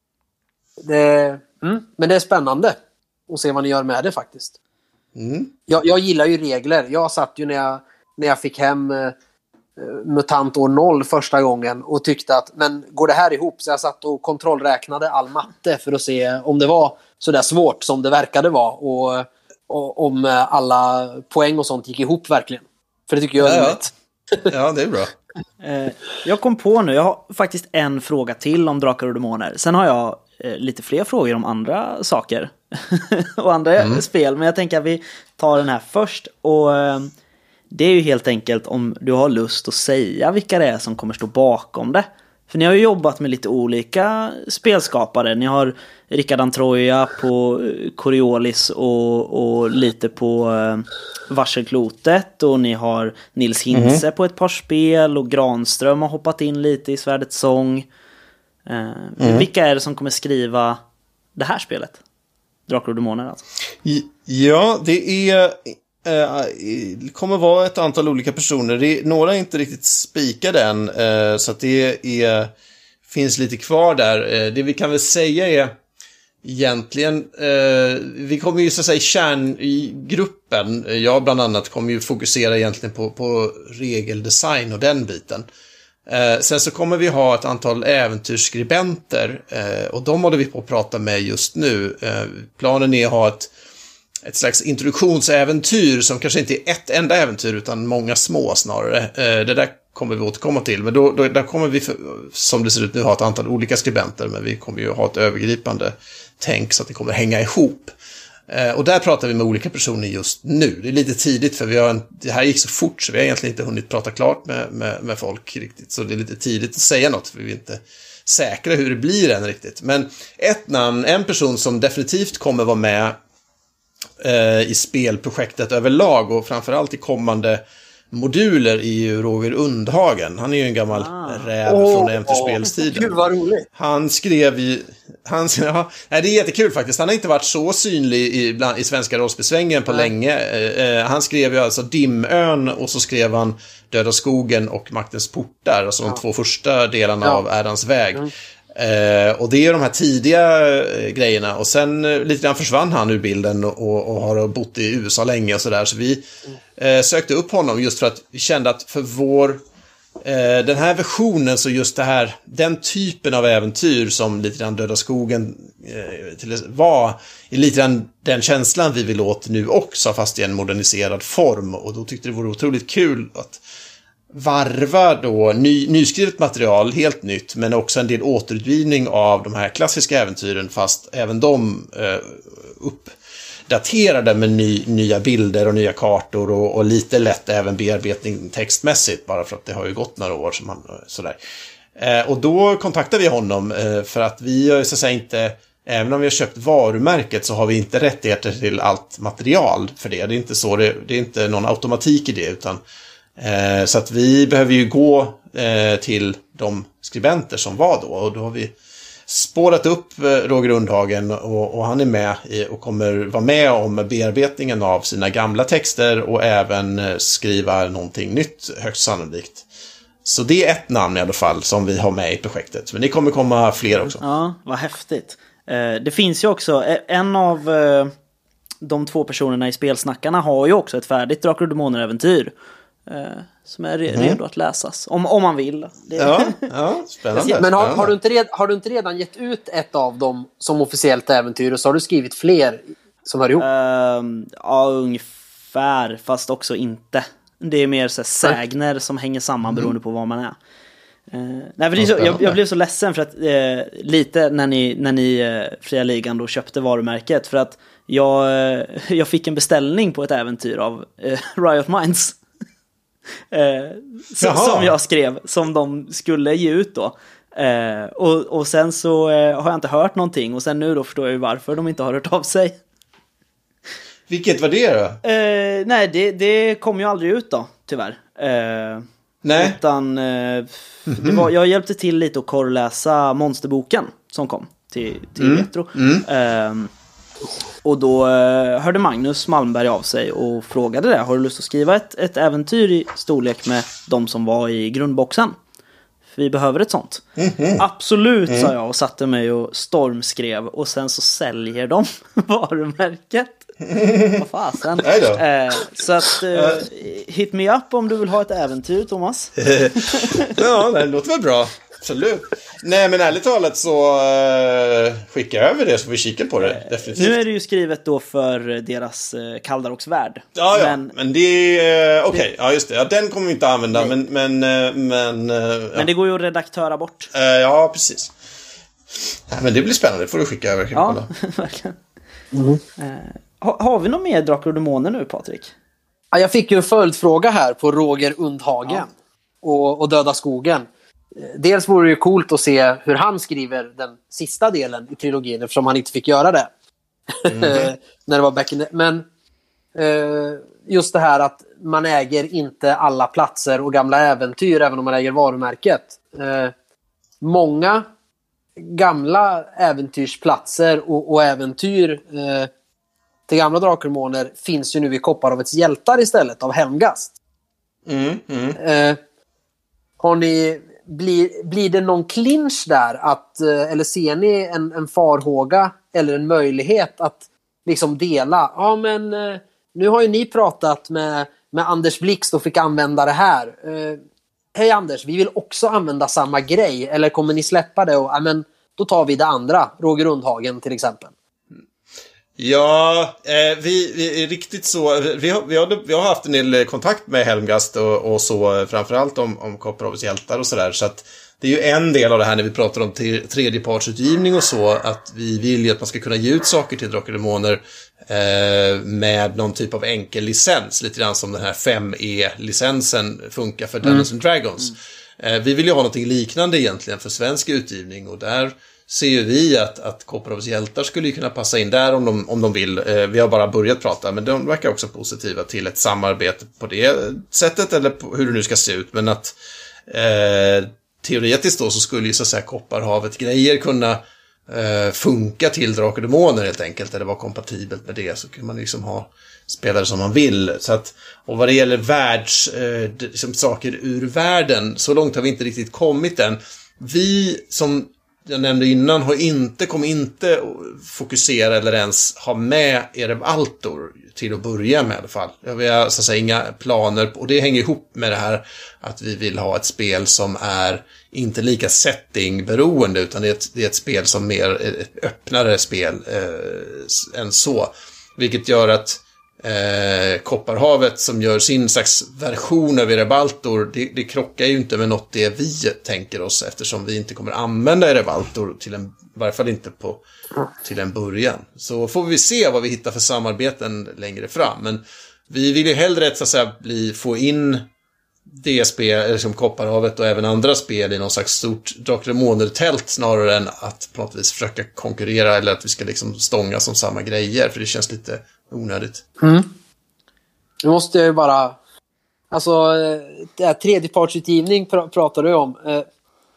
men det är spännande att se vad ni gör med det faktiskt. Jag gillar ju regler. Jag satt ju när jag fick hem Mutant år 0 första gången och tyckte att, men går det här ihop? Så jag satt och kontrollräknade all matte för att se om det var så där svårt som det verkade vara och om alla poäng och sånt gick ihop verkligen. För det tycker jag är roligt. Ja, det är bra. Jag kom på nu, jag har faktiskt en fråga till om Drakar och Demoner. Sen har jag lite fler frågor om andra saker och andra spel, men jag tänker att vi tar den här först. Och det är ju helt enkelt om du har lust att säga vilka det är som kommer stå bakom det. För ni har ju jobbat med lite olika spelskapare. Ni har Rickard Antroja på Coriolis och lite på Varselklotet. Och ni har Nils Hintze på ett par spel. Och Granström har hoppat in lite i Svärdets sång. Vilka är det som kommer skriva det här spelet? Drakar och Demoner alltså. Ja, det kommer vara ett antal olika personer. Några är inte riktigt spikade än, så att det finns lite kvar där. Det vi kan väl säga är egentligen, vi kommer ju så att säga kärngruppen, jag bland annat kommer ju fokusera egentligen på regeldesign och den biten. Sen så kommer vi ha ett antal äventyrsskribenter och de håller vi på att prata med just nu. Planen är att ha ett slags introduktionsäventyr som kanske inte är ett enda äventyr utan många små snarare. Det där kommer vi återkomma till, men där kommer vi, som det ser ut nu, ha ett antal olika skribenter, men vi kommer ju ha ett övergripande tänk så att det kommer hänga ihop. Och där pratar vi med olika personer just nu. Det är lite tidigt för det här gick så fort så vi har egentligen inte hunnit prata klart med folk riktigt, så det är lite tidigt att säga något för vi är inte säkra hur det blir än riktigt. Men en person som definitivt kommer vara med i spelprojektet överlag och framförallt i kommande moduler är ju Roger Undhagen. Han är ju en gammal räv från äventyrspelstiden. Gud vad roligt. Han skrev ju... det är jättekul faktiskt. Han har inte varit så synlig i svenska rollspelsvängen på länge. Han skrev ju alltså Dimön och så skrev han Döda skogen och Maktens portar. Alltså de 2 första delarna av Ärans väg. Och det är de här tidiga grejerna. Och sen lite grann försvann han ur bilden och har bott i USA länge och sådär. Så vi sökte upp honom just för att vi kände att för den här versionen, så just det här, den typen av äventyr som lite grann Döda skogen var, är lite grann den känslan vi vill åt nu också, fast i en moderniserad form. Och då tyckte det vore otroligt kul att varva då nyskrivet material, helt nytt, men också en del återutgivning av de här klassiska äventyren, fast även de uppdaterade med nya bilder och nya kartor och lite lätt även bearbetning textmässigt, bara för att det har ju gått några år sådär. Och då kontaktade vi honom för att vi så att säga inte, även om vi har köpt varumärket, så har vi inte rättigheter till allt material för det. Det är inte så, det är inte någon automatik i det, utan så att vi behöver ju gå till de skribenter som var då. Och då har vi spårat upp Roger Undhagen och han är med och kommer vara med om bearbetningen av sina gamla texter och även skriva någonting nytt, högst sannolikt. Så det är ett namn i alla fall som vi har med i projektet. Men det kommer komma fler också. Ja, vad häftigt. Det finns ju också, en av de 2 personerna i Spelsnackarna har ju också ett färdigt Drakar och Demoner-äventyr. Som är redo att läsas. Om man vill. Ja, spännande. Men har du inte redan gett ut ett av dem som officiellt äventyr och så har du skrivit fler som hör ihop? Ja, ungefär. Fast också inte. Det är mer så här sägner som hänger samman beroende på vad man är. Nej, för det är så, jag blev så ledsen för att lite när ni Fria Ligan då köpte varumärket, för att jag fick en beställning på ett äventyr av Riot Minds. Som jag skrev, som de skulle ge ut då. Och sen så har jag inte hört någonting, och sen nu då förstår jag ju varför de inte har hört av sig. Vilket var det då? Nej, det kom ju aldrig ut då, tyvärr. Nej. Utan jag hjälpte till lite att korrläsa monsterboken som kom till Retro. Och då hörde Magnus Malmberg av sig och frågade det. Har du lust att skriva ett äventyr i storlek med de som var i grundboxen? För vi behöver ett sånt. Absolut, sa jag och satte mig och stormskrev. Och sen så säljer de varumärket. Vad fasen. Så att hit me up om du vill ha ett äventyr, Thomas. Ja, det låter väl bra. Absolut. Nej, men ärligt talat så skicka över det så får vi kika på det. Definitivt. Nu är det ju skrivet då för deras Kaldaroks värld. Ja, men det är okej. Ja, just det. Ja, den kommer vi inte använda, men det går ju att redaktöra bort. Ja, precis. Ja, men det blir spännande. Det får du skicka över. Ja, verkligen. Har vi någon mer Drakar och Demoner nu, Patrik? Ja, jag fick ju en följdfråga här på Roger Undhagen och Döda skogen. Dels vore det ju coolt att se hur han skriver den sista delen i trilogin, eftersom han inte fick göra det när det var back in the... Men just det här att man äger inte alla platser och gamla äventyr även om man äger varumärket. Många gamla äventyrsplatser och äventyr till gamla Drakar och Demoner finns ju nu i Kopparhavets hjältar istället av Helmgast. Har ni blir det någon clinch där att, eller ser ni en farhåga eller en möjlighet att liksom dela? Ja, men nu har ju ni pratat med Anders Blixt och fick använda det här. Hej Anders, vi vill också använda samma grej. Eller kommer ni släppa det? Och, ja, men då tar vi det andra. Roger Undhagen till exempel. Ja, vi är riktigt så. Vi har haft en del kontakt med Helmgast och så, framförallt om Kopparhavets hjältar och sådär. Så att det är ju en del av det här när vi pratar om tredjepartsutgivning och så, att vi vill ju att man ska kunna ge ut saker till Drakar och Demoner med någon typ av enkel licens, lite grann som den här 5E-licensen funkar för Dungeons and Dragons. Vi vill ju ha någonting liknande egentligen för svensk utgivning, och där ser ju vi att Kopparhavets hjältar skulle ju kunna passa in där om de vill. Vi har bara börjat prata, men de verkar också positiva till ett samarbete på det sättet, eller på hur det nu ska se ut. Men att teoretiskt då så skulle ju så att säga Kopparhavet grejer kunna funka till Drakar och Demoner helt enkelt, eller vara kompatibelt med det, så kan man liksom ha spelare som man vill. Så att, och vad det gäller liksom saker ur världen, så långt har vi inte riktigt kommit än. Vi, som jag nämnde innan, kommer inte fokusera eller ens ha med Erev-Altor till att börja med i alla fall. Vi har så att säga inga planer, och det hänger ihop med det här att vi vill ha ett spel som är inte lika setting-beroende, utan det är ett spel som mer ett öppnare spel än så. Vilket gör att Kopparhavet, som gör sin slags version av Erev-Altor, det krockar ju inte med något det vi tänker oss, eftersom vi inte kommer använda Erev-Altor i varje fall inte till en början. Så får vi se vad vi hittar för samarbeten längre fram, men vi vill ju hellre så att säga få in det spel som Kopparhavet och även andra spel i någon slags stort Drakar och Demoner-tält, snarare än att på något vis försöka konkurrera, eller att vi ska liksom stånga som samma grejer, för det känns lite onödigt. Nu måste jag ju bara... Alltså, det här tredjepartsutgivning pratar du om.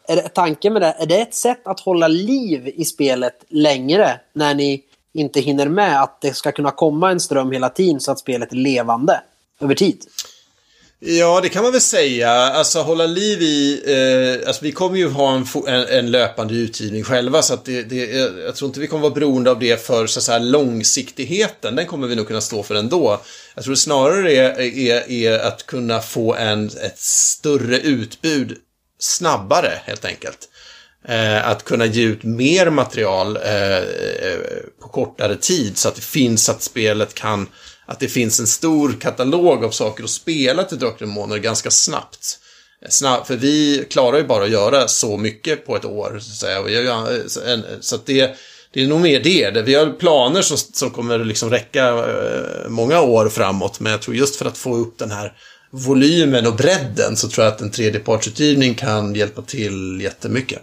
är det tanken med det? Är det ett sätt att hålla liv i spelet längre när ni inte hinner med att det ska kunna komma en ström hela tiden så att spelet är levande över tid? Ja, det kan man väl säga. Alltså hålla liv i... alltså vi kommer ju ha en löpande utgivning själva, så att jag tror inte vi kommer vara beroende av det för så här långsiktigheten. Den kommer vi nog kunna stå för ändå. Jag tror det snarare är att kunna få ett större utbud snabbare, helt enkelt. Att kunna ge ut mer material på kortare tid, så att det finns att spelet kan... Att det finns en stor katalog av saker att spela till Drakar och Demoner ganska snabbt. För vi klarar ju bara att göra så mycket på ett år. Så att det är nog mer det. Vi har planer som kommer liksom räcka många år framåt. Men jag tror just för att få upp den här volymen och bredden, så tror jag att en tredjepartsutgivning kan hjälpa till jättemycket.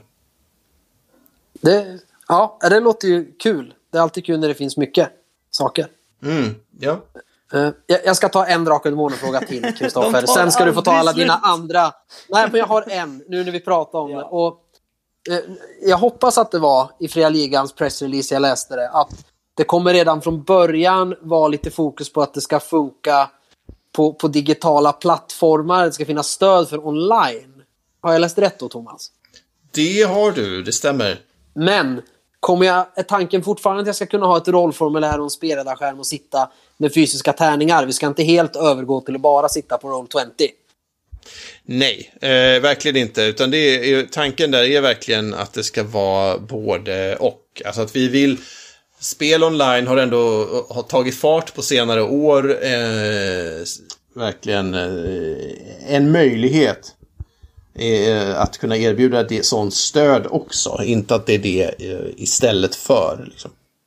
Det låter ju kul. Det är alltid kul när det finns mycket saker. Ja. Jag ska ta en Drakar och Demoner-fråga till, Kristoffer. Sen ska du få ta alla dina andra. Nej, men jag har en nu när vi pratar om det. Och, jag hoppas att det var i Fria Ligans pressrelease jag läste det, att det kommer redan från början vara lite fokus på att det ska funka på digitala plattformar. Det ska finnas stöd för online. Har jag läst rätt då, Thomas? Det har du, det stämmer. Men är tanken fortfarande att jag ska kunna ha ett rollformulär och en spelledarskärm och sitta med fysiska tärningar? Vi ska inte helt övergå till att bara sitta på Roll20. Nej, verkligen inte. Utan tanken där är verkligen att det ska vara både och. Alltså att vi vill... Spel online har ändå tagit fart på senare år. Verkligen en möjlighet att kunna erbjuda det sånt stöd också. Inte att det är det istället för. Liksom.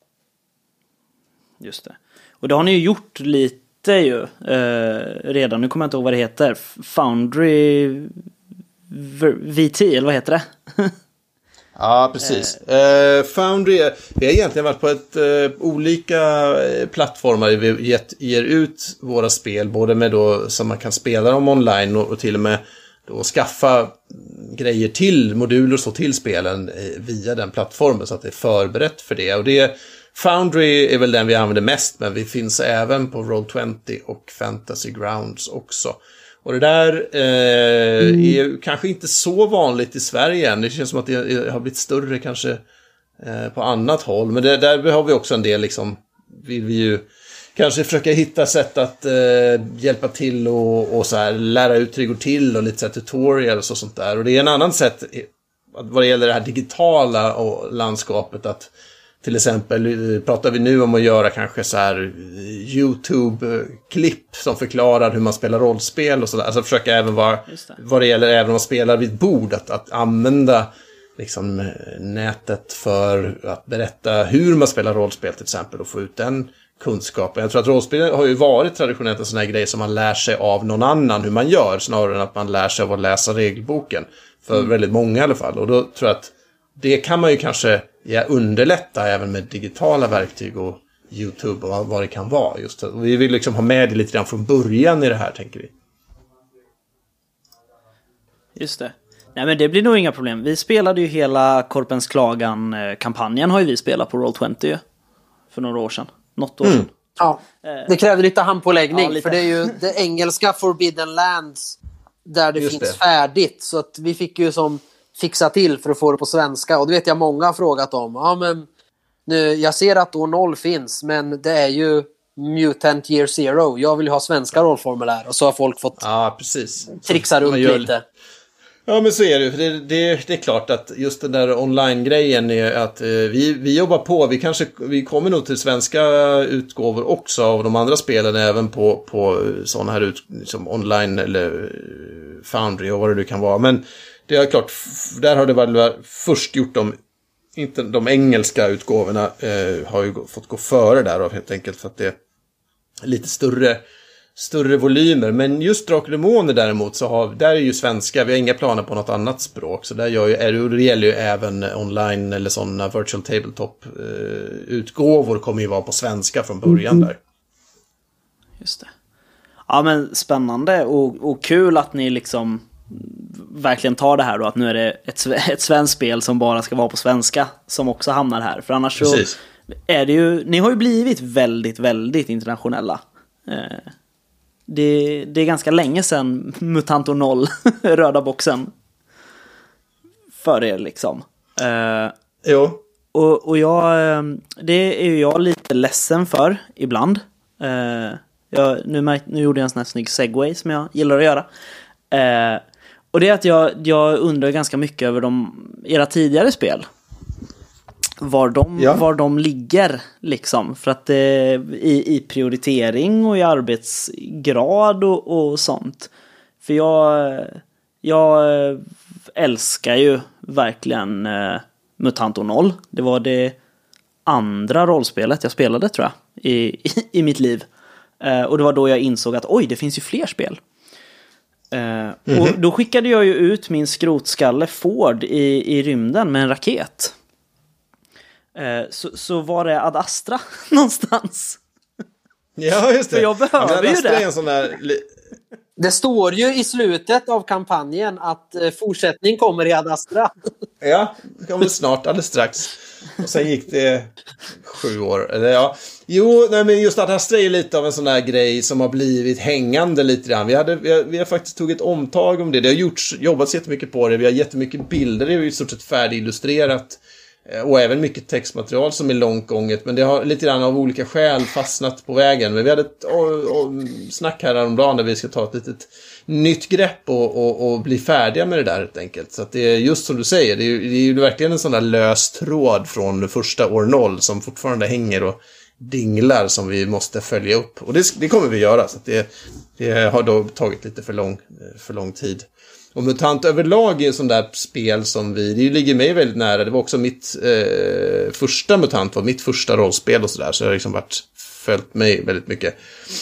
Just det. Och det har ni ju gjort lite ju redan. Nu kommer jag inte ihåg vad det heter. Foundry VT, eller vad heter det? Ja, precis. Foundry, vi har egentligen varit på olika plattformar. Vi ger ut våra spel, både med då så man kan spela dem online och till och med då skaffa grejer till moduler så till spelen via den plattformen, så att det är förberett för det. Och Foundry är väl den vi använder mest, men vi finns även på Roll20 och Fantasy Grounds också. Och det där är kanske inte så vanligt i Sverige än. Det känns som att det har blivit större kanske på annat håll. Men där har vi också en del liksom, vill vi ju kanske försöka hitta sätt att hjälpa till och så här, lära ut hur det går till och lite så här tutorials och sånt där. Och det är en annan sätt vad det gäller det här digitala och landskapet, att till exempel pratar vi nu om att göra kanske så här YouTube-klipp som förklarar hur man spelar rollspel och sådär. Alltså försöka även vad det gäller även om man spelar vid ett bord, att använda liksom nätet för att berätta hur man spelar rollspel till exempel och få ut den kunskapen. Jag tror att rollspel har ju varit traditionellt en sån här grej som man lär sig av någon annan hur man gör, snarare än att man lär sig av att läsa regelboken. För väldigt många i alla fall. Och då tror jag att det kan man ju kanske underlätta även med digitala verktyg och YouTube och vad det kan vara. Just det. Och vi vill liksom ha med det lite grann från början i det här, tänker vi. Just det. Nej, men det blir nog inga problem. Vi spelade ju hela Korpens Klagan-kampanjen har ju vi spelat på Roll20 ju. För några år sedan. Något år sedan. Ja, det krävde lite handpåläggning. Ja, lite. För det är ju det engelska Forbidden Lands där det finns färdigt. Så att vi fick ju som fixa till för att få det på svenska. Och det vet jag många har frågat om. Ja, men nu, jag ser att år 0 finns, men det är ju Mutant Year Zero. Jag vill ju ha svenska rollformulär. Och så har folk fått trixa runt lite. Ja, men så är det. Det är klart att just den där online-grejen är att vi jobbar på. Vi kommer nog till svenska utgåvor också av de andra spelen, även på sådana här som online eller Foundry och vad det nu kan vara. Men det är klart, där har det väl först gjort inte de engelska utgåvorna har ju fått gå före där av, helt enkelt för att det är lite större volymer. Men just Drakar och Demoner däremot där är ju svenska. Vi har inga planer på något annat språk. Så där det gäller ju även online eller sådana virtual tabletop utgåvor kommer ju vara på svenska från början där. Just det. Ja, men spännande och kul att ni liksom verkligen tar det här då, att nu är det ett svenskt spel som bara ska vara på svenska som också hamnar här. För annars Precis. så är det ju, ni har ju blivit väldigt, väldigt internationella. Det är ganska länge sedan Mutanto 0 röda boxen för er liksom. Jo. Och det är ju jag lite ledsen för ibland. Nu gjorde jag en sån här snygg segway som jag gillar att göra. Och det är att jag undrar ganska mycket över era tidigare spel. Var de ligger liksom. För att i prioritering och i arbetsgrad och sånt. För jag älskar ju verkligen Mutanto 0. Det var det andra rollspelet jag spelade, tror jag, i mitt liv. Och det var då jag insåg att oj, det finns ju fler spel. Och då skickade jag ju ut min skrotskalle Ford i rymden med en raket. Så var det Ad Astra någonstans. Ja, just det. För jag behöver ju det. Är en sån där... Det står ju i slutet av kampanjen att fortsättning kommer i Ad Astra. Ja, det kommer snart, alldeles strax. Och sen gick det 7 år. Eller ja. Jo, nej, men just Ad Astra är lite av en sån där grej som har blivit hängande lite grann. Vi har faktiskt tagit omtag om det. Det har jobbats jättemycket på det. Vi har jättemycket bilder. Det är ju i stort sett färdigillustrerat. Och även mycket textmaterial som är långt gånget. Men det har lite grann av olika skäl fastnat på vägen. Men vi hade ett snack här häromdagen där vi ska ta ett litet nytt grepp och bli färdiga med det där helt enkelt. Så att det är just som du säger, det är ju verkligen en sån där lös tråd från första år 0 som fortfarande hänger och dinglar som vi måste följa upp. Och det kommer vi göra, så att det har då tagit lite för lång tid. Och MUTANT överlag är en sån där spel som det ligger mig väldigt nära. Det var också mitt första MUTANT, var mitt första rollspel och sådär. Så det har liksom följt mig väldigt mycket.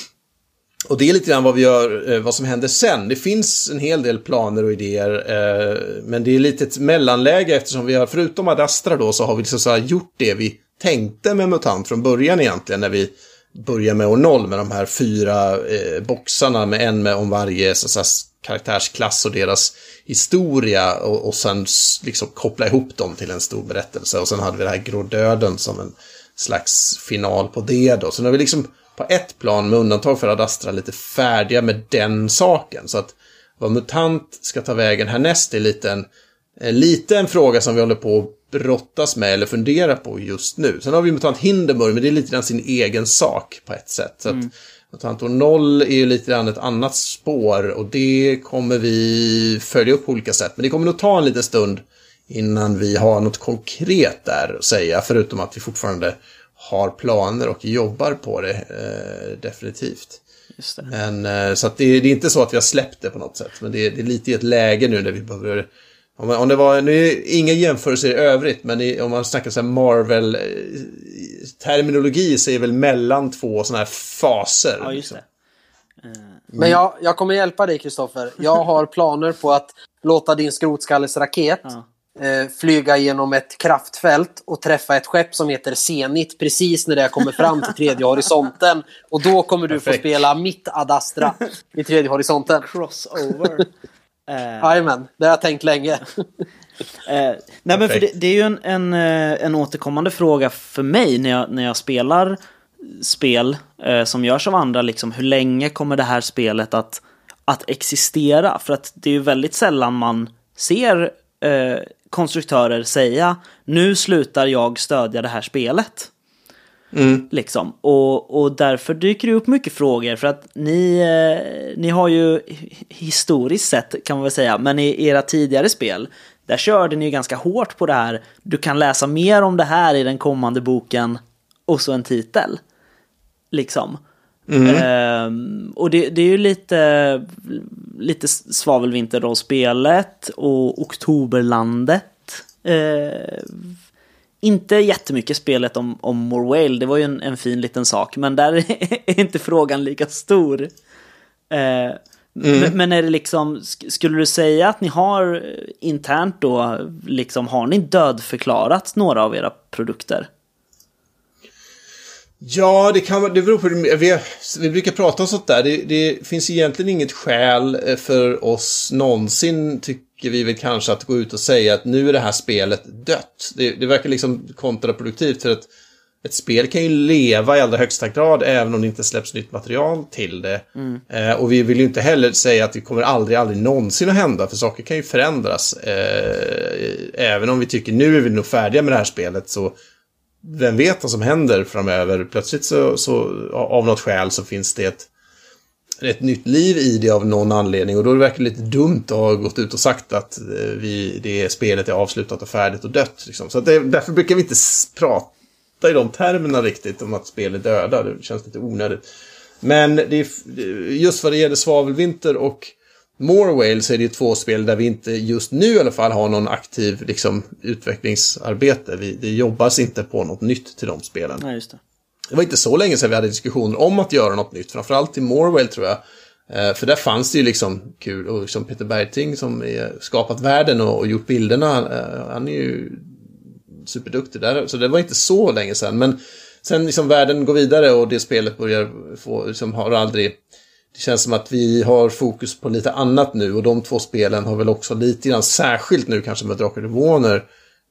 Och det är lite grann vad vi gör, vad som händer sen. Det finns en hel del planer och idéer. Men det är lite ett mellanläge eftersom vi har, förutom Ad Astra då, så har vi liksom så här gjort det vi tänkte med MUTANT från början egentligen. När vi börjar med år 0 med de här 4 boxarna med en om varje så här, karaktärsklass och deras historia och sen liksom koppla ihop dem till en stor berättelse. Och sen hade vi det här Grå döden som en slags final på det då. Så nu har vi liksom på ett plan med undantag för Ad Astra lite färdiga med den saken. Så att vad MUTANT ska ta vägen härnäst är lite en fråga som vi håller på att brottas med eller fundera på just nu. Sen har vi MUTANT Hindenburg, men det är lite grann sin egen sak på ett sätt. Så att MUTANT 0 är ju lite grann ett annat spår och det kommer vi följa upp på olika sätt. Men det kommer nog ta en liten stund innan vi har något konkret där att säga, förutom att vi fortfarande har planer och jobbar på det definitivt. Just det. Men, så att det är inte så att vi har släppt det på något sätt, men det är lite i ett läge nu där vi behöver, om det var, nu är inga jämförelser i övrigt, men om man snackar så här Marvel terminologi, så är väl mellan 2 såna här faser. Ja, just det. Men jag kommer hjälpa dig, Kristoffer. Jag har planer på att låta din skrotskalles raket flyga genom ett kraftfält och träffa ett skepp som heter Zenit precis när det kommer fram till tredje horisonten. Och då kommer du få spela mitt Ad Astra i tredje horisonten. Crossover. Jajamän, det har jag tänkt länge. Nej, men för det är ju en återkommande fråga för mig när jag spelar spel som görs av andra, liksom, hur länge kommer det här spelet att existera? För att det är ju väldigt sällan man ser konstruktörer säga nu slutar jag stödja det här spelet. Liksom. Och därför dyker det upp mycket frågor, för att ni har ju historiskt sett, kan man väl säga, men i era tidigare spel där körde ni ju ganska hårt på det här, du kan läsa mer om det här i den kommande boken och så en titel liksom. Och det är ju lite Svavelvinterrollspelet och Oktoberlandet, inte jättemycket spelet om Morwale. Det var ju en fin liten sak, men där är inte frågan lika stor. Men är det liksom, skulle du säga att ni har internt då liksom, har ni dödförklarat några av era produkter? Ja, det beror på. Vi brukar prata om sånt där. Det finns egentligen inget skäl för oss någonsin, tycker vi väl kanske, att gå ut och säga att nu är det här spelet dött. Det verkar liksom kontraproduktivt, för att ett spel kan ju leva i allra högsta grad även om det inte släpps nytt material till det. Och vi vill ju inte heller säga att det kommer aldrig någonsin att hända, för saker kan ju förändras. Även om vi tycker nu är vi nog färdiga med det här spelet, så vem vet vad som händer framöver. Plötsligt så av något skäl så finns det ett nytt liv i det av någon anledning, och då är det verkligen lite dumt att ha gått ut och sagt att det spelet är avslutat och färdigt och dött liksom. Så att därför brukar vi inte prata i de termerna riktigt om att spel är döda. Det känns lite onödigt. Men just vad det gäller Svavelvinter och Morwale så är det ju 2 spel där vi inte just nu i alla fall har någon aktiv liksom, utvecklingsarbete. Det jobbas inte på något nytt till de spelen. Nej, just det. Det var inte så länge sedan vi hade diskussioner om att göra något nytt. Framförallt i Morwale, tror jag. För där fanns det ju liksom kul. Och liksom Peter Bergting som skapat världen och gjort bilderna. Han är ju superduktig där. Så det var inte så länge sedan. Men sen liksom världen går vidare och det spelet börjar få, liksom har aldrig... Det känns som att vi har fokus på lite annat nu. Och de 2 spelen har väl också lite grann, särskilt nu kanske med Drakar och Demoner,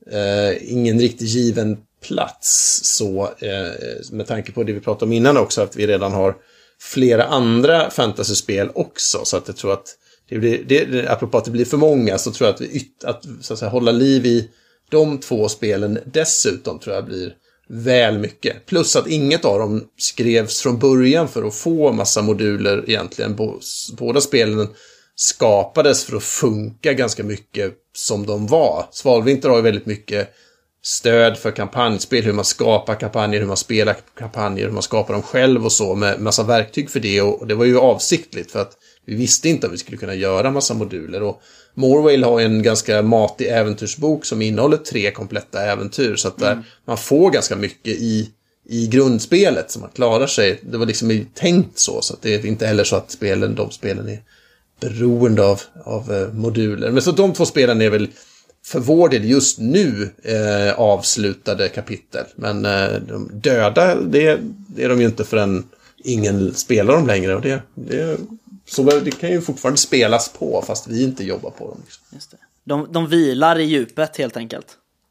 ingen riktigt given plats. Så med tanke på det vi pratade om innan också, att vi redan har flera andra fantasyspel också. Så att jag tror att apropå att det blir för många, så tror jag att så att säga, hålla liv i de 2 spelen dessutom tror jag blir väl mycket. Plus att inget av dem skrevs från början för att få massa moduler egentligen. Båda spelen skapades för att funka ganska mycket som de var. Svalvinter har ju väldigt mycket stöd för kampanjspel, hur man skapar kampanjer, hur man spelar kampanjer, hur man skapar dem själv och så, med massa verktyg för det, och det var ju avsiktligt för att vi visste inte att vi skulle kunna göra massa moduler. Och Morwale har en ganska matig äventyrsbok som innehåller 3 kompletta äventyr, så att där man får ganska mycket i grundspelet så man klarar sig. Det var liksom tänkt så att det är inte heller så att de spelen är beroende av moduler. Men så de 2 spelen är väl för vår del just nu avslutade kapitel. Men de döda, det är de ju inte förrän ingen spelar dem längre. Och så det kan ju fortfarande spelas på fast vi inte jobbar på dem. Liksom. Just det. De vilar i djupet helt enkelt.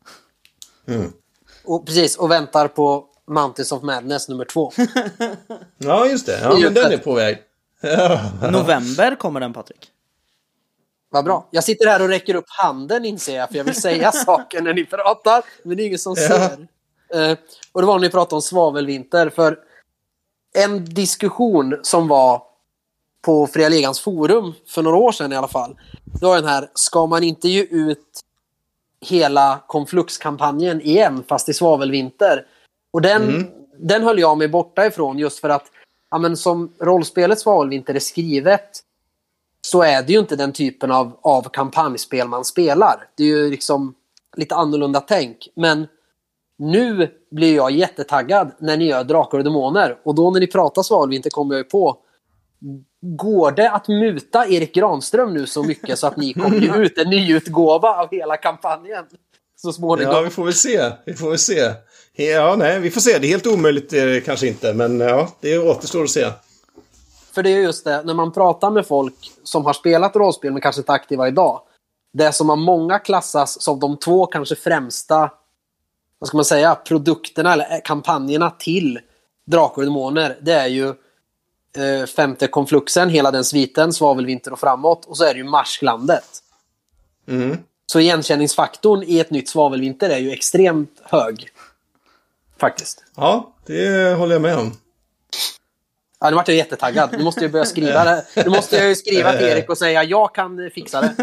Och precis, och väntar på Mountains of Madness nummer 2. Ja, just det. Ja, men den är på väg. November kommer den, Patrik. Vad bra. Jag sitter här och räcker upp handen, inser jag, för jag vill säga saker när ni pratar, men det är ingen som ser. Och det var när ni pratade om Svavelvinter, för en diskussion som var på Fria Ligans forum för några år sedan i alla fall, det var den här, ska man inte ge ut hela Konflux-kampanjen igen fast i Svavelvinter? Och den höll jag mig borta ifrån, just för att ja, men som rollspelet Svavelvinter är skrivet så är det ju inte den typen av kampanjspel man spelar. Det är ju liksom lite annorlunda tänk. Men nu blir jag jättetaggad när ni gör Drakar och Demoner. Och då när ni pratar Svavelvinter kommer jag ju på, går det att muta Erik Granström nu så mycket så att ni kommer ju ut en nyutgåva av hela kampanjen så småningom? Ja, vi får väl se. Ja, nej, vi får se. Det är helt omöjligt kanske inte, men ja, det återstår att se. För det är just det, när man pratar med folk som har spelat rollspel men kanske inte aktiva idag, det som av många klassas som de 2 kanske främsta, vad ska man säga, produkterna eller kampanjerna till Drakar och Demoner, det är ju 5:e Konfluxen, hela den sviten, Svavelvinter och framåt, och så är det ju Marsklandet. Så igenkänningsfaktorn i ett nytt Svavelvinter är ju extremt hög. Faktiskt. Ja, det håller jag med om. Ja, nu vart jag jättetaggad. Nu måste jag börja skriva det. Nu måste jag ju skriva till Erik och säga jag kan fixa det.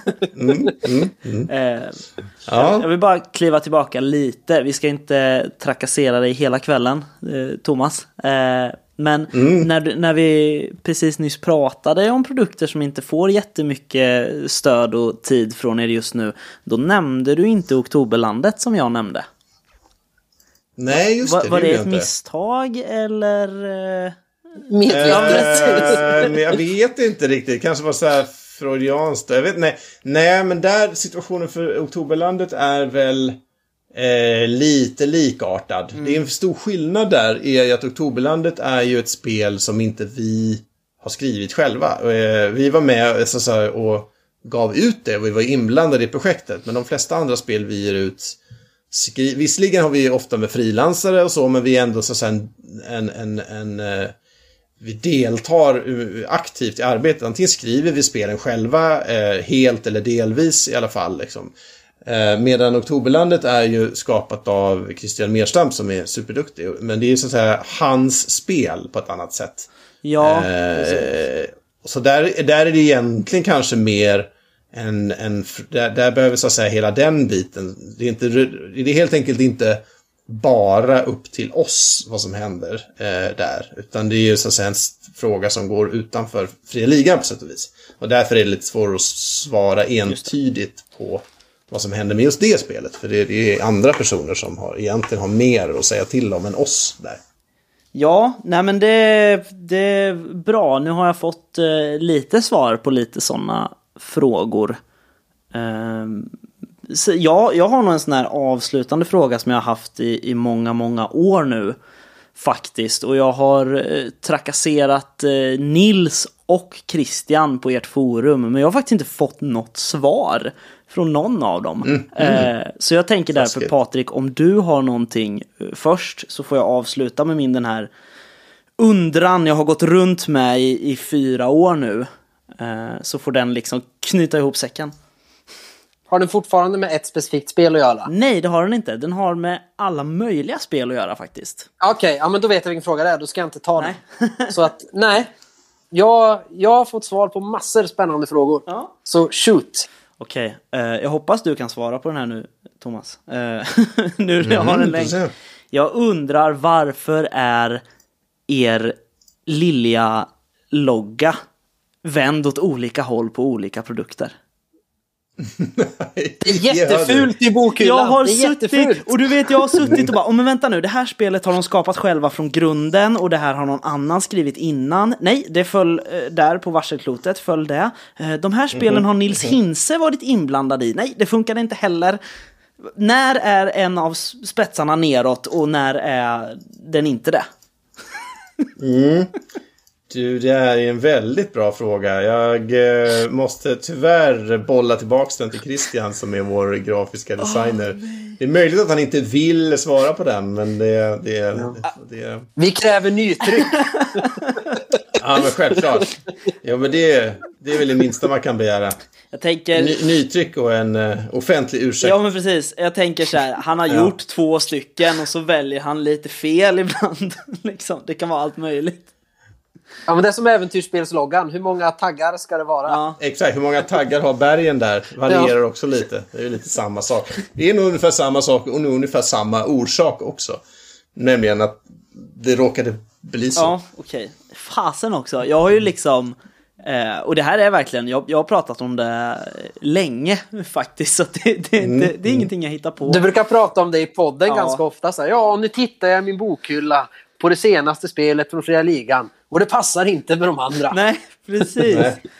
Jag vill bara kliva tillbaka lite. Vi ska inte trakassera dig hela kvällen, Thomas. Men när vi precis nyss pratade om produkter som inte får jättemycket stöd och tid från er just nu, då nämnde du inte Oktoberlandet som jag nämnde. Nej, just det. Var det ett misstag eller... Jag vet inte riktigt. Kanske var så här freudianskt. Jag vet nej, men där situationen för Oktoberlandet är väl lite likartad. Det är en stor skillnad där i att Oktoberlandet är ju ett spel som inte vi har skrivit själva. Vi var med så att säga, och gav ut det och vi var inblandade i projektet. Men de flesta andra spel vi ger ut visserligen har vi ofta med frilansare och så, men vi är ändå så att säga vi deltar aktivt i arbetet. Antingen skriver vi spelen själva helt eller delvis i alla fall liksom. Medan Oktoberlandet är ju skapat av Christian Merstam som är superduktig. Men det är ju så att säga hans spel på ett annat sätt. Ja. Så där är det egentligen kanske mer där behöver så att säga hela den biten. Det är helt enkelt inte bara upp till oss vad som händer där. Utan det är ju så att säga en fråga som går utanför fria ligan på sätt och vis. Och därför är det lite svårt att svara entydigt på vad som händer med just det spelet. För det är andra personer som egentligen har mer att säga till om än oss där. Ja, nej men det är bra. Nu har jag fått lite svar på lite sådana frågor. Så jag har nog en sån här avslutande fråga som jag har haft i många, många år nu faktiskt. Och jag har trakasserat Nils och Christian på ert forum. Men jag har faktiskt inte fått något svar från någon av dem. Så jag tänker därför, Patrik, om du har någonting först så får jag avsluta med den här undran jag har gått runt med i 4 år nu. Så får den liksom knyta ihop säcken. Har den fortfarande med ett specifikt spel att göra? Nej, det har den inte. Den har med alla möjliga spel att göra faktiskt. Okej, ja, men då vet jag vilken fråga det är. Då ska jag inte ta den. Så att, nej. Jag har fått svar på massor spännande frågor. Ja. Så shoot. Okej, jag hoppas du kan svara på den här nu, Thomas. Nu när jag har en länk. Jag undrar varför är er lilja logga vänd åt olika håll på olika produkter? Det är jättefult i bokhyllan. Jag har suttit, och du vet, jag har suttit och bara, men vänta nu, det här spelet har de skapat själva från grunden och det här har någon annan skrivit innan. Nej, det föll där på varselklotet, föll det. De här spelen har Nils Hinse varit inblandad i. Nej, det funkade inte heller. När är en av spetsarna neråt och när är den inte det? Du, det här är en väldigt bra fråga. Jag måste tyvärr bolla tillbaka den till Christian som är vår grafiska designer. Det är möjligt att han inte vill svara på den, men det... Vi kräver nytryck. Ja, men självklart. Ja, men det är väl det minsta man kan begära. Jag tänker... Nytryck och en offentlig ursäkt. Ja, men precis. Jag tänker så här, han har gjort 2 stycken och så väljer han lite fel ibland. Liksom. Det kan vara allt möjligt. Ja, men det är som äventyrsspelsloggan. Hur många taggar ska det vara? Ja. Exakt, hur många taggar har bergen där? Varierar också lite. Det är ju lite samma sak. Det är nog ungefär samma sak och nog ungefär samma orsak också. Nämligen att det råkade bli så. Ja, okej. Fasen också. Jag har ju liksom... och det här är verkligen... Jag har pratat om det länge faktiskt. Så det är ingenting jag hittar på. Du brukar prata om det i podden ganska ofta. Så här, ja, nu tittar jag i min bokhylla på det senaste spelet från Fria Ligan. Och det passar inte med de andra. Nej, precis.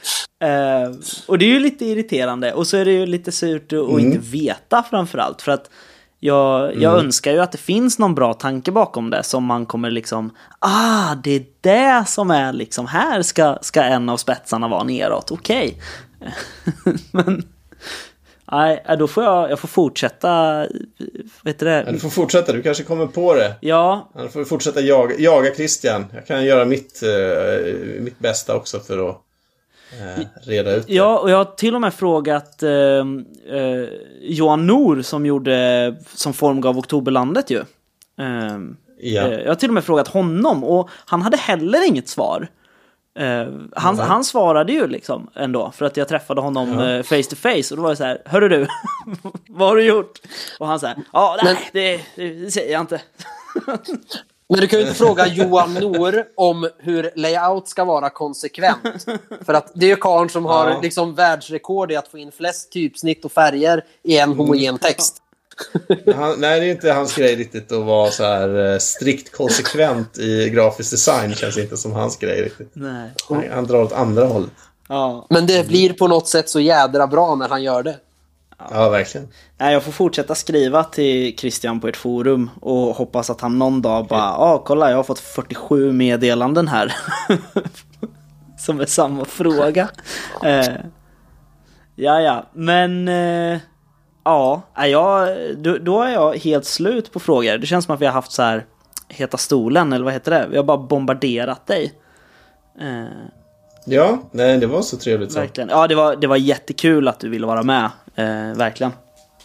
Och det är ju lite irriterande. Och så är det ju lite surt att inte veta framförallt. För att jag önskar ju att det finns någon bra tanke bakom det. Som man kommer liksom... det är det som är liksom... Här ska en av spetsarna vara neråt. Okej. Men... Nej, då får jag får fortsätta. Vet du det? Du får fortsätta, du kanske kommer på det. Ja. Du får fortsätta jaga Christian. Jag kan göra mitt bästa också för att reda ut det. Ja, och jag har till och med frågat Johan Nor som formgav Oktoberlandet ju. Jag har till och med frågat honom och han hade heller inget svar. Han svarade ju liksom ändå för att jag träffade honom face to face och då var det så här, hörru du, vad har du gjort? Och han sa, det säger jag inte. Men du kan ju inte fråga Johan Nor om hur layout ska vara konsekvent. För att det är ju karln som har liksom världsrekord i att få in flest typsnitt och färger i en homogen text. Nej, det är inte hans grej riktigt att vara så här strikt konsekvent i grafisk design. Känns inte som hans grej riktigt. Nej. Han drar åt andra håll. Ja. Men det blir på något sätt så jädra bra när han gör det. Ja, verkligen. Nej, jag får fortsätta skriva till Christian på ert forum och hoppas att han någon dag bara, kolla, jag har fått 47 meddelanden här. Som är samma fråga. Men då är jag helt slut på frågor. Det känns som att vi har haft så här heta stolen, eller vad heter det? Vi har bara bombarderat dig. Ja, nej, det var så trevligt. Verkligen. Ja, det var jättekul att du ville vara med. Verkligen.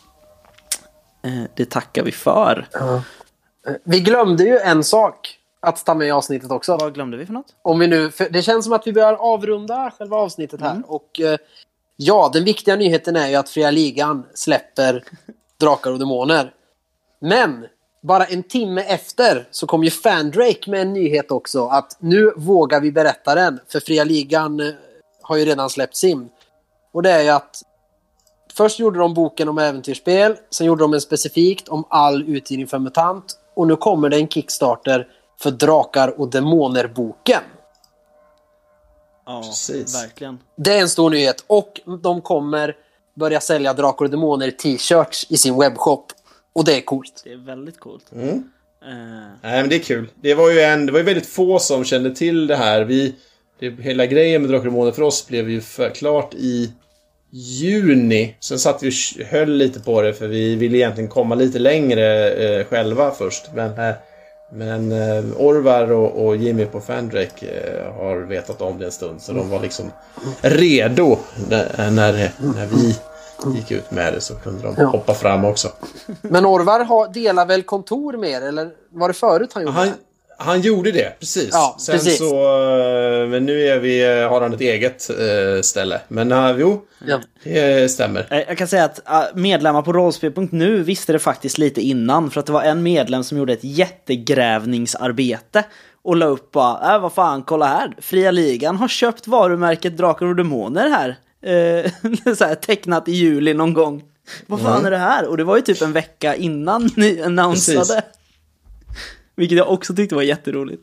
Det tackar vi för. Vi glömde ju en sak att ta med i avsnittet också. Vad glömde vi för något? Det känns som att vi börjar avrunda själva avsnittet här. Och den viktiga nyheten är ju att Fria Ligan släpper Drakar och Demoner. Men bara en timme efter så kom ju Fandrake med en nyhet också. Att nu vågar vi berätta den. För Fria Ligan har ju redan släppt sin. Och det är ju att först gjorde de boken om äventyrsspel. Sen gjorde de en specifikt om all utgivning för MUTANT. Och nu kommer det en Kickstarter för Drakar och Demoner-boken. Ja, precis. Verkligen. Det är en stor nyhet. Och de kommer börja sälja Drakar och Demoner t-shirts i sin webbshop. Och det är coolt. Det är väldigt coolt. Nej, men det är kul. Det var ju väldigt få som kände till det här. Hela grejen med Drakar och Demoner för oss blev ju klart i juni. Sen satt vi och höll lite på det, för vi ville egentligen komma lite längre själva först. Men Orvar och Jimmy på Fandrake har vetat om det en stund, så de var liksom redo när vi gick ut med det, så kunde de hoppa fram också. Men Orvar delar väl kontor med er, eller var det förut han gjorde det? Han gjorde det, precis. Ja, sen precis. Så, men nu har han ett eget ställe. Men det stämmer. Jag kan säga att medlemmar på rollspel.nu visste det faktiskt lite innan, för att det var en medlem som gjorde ett jättegrävningsarbete och la upp bara, vad fan, kolla här, Fria Ligan har köpt varumärket Drakar och Demoner här. Så här, tecknat i juli någon gång. Vad fan är det här? Och det var ju typ en vecka innan ni annonsade. Precis. Vilket jag också tyckte var jätteroligt.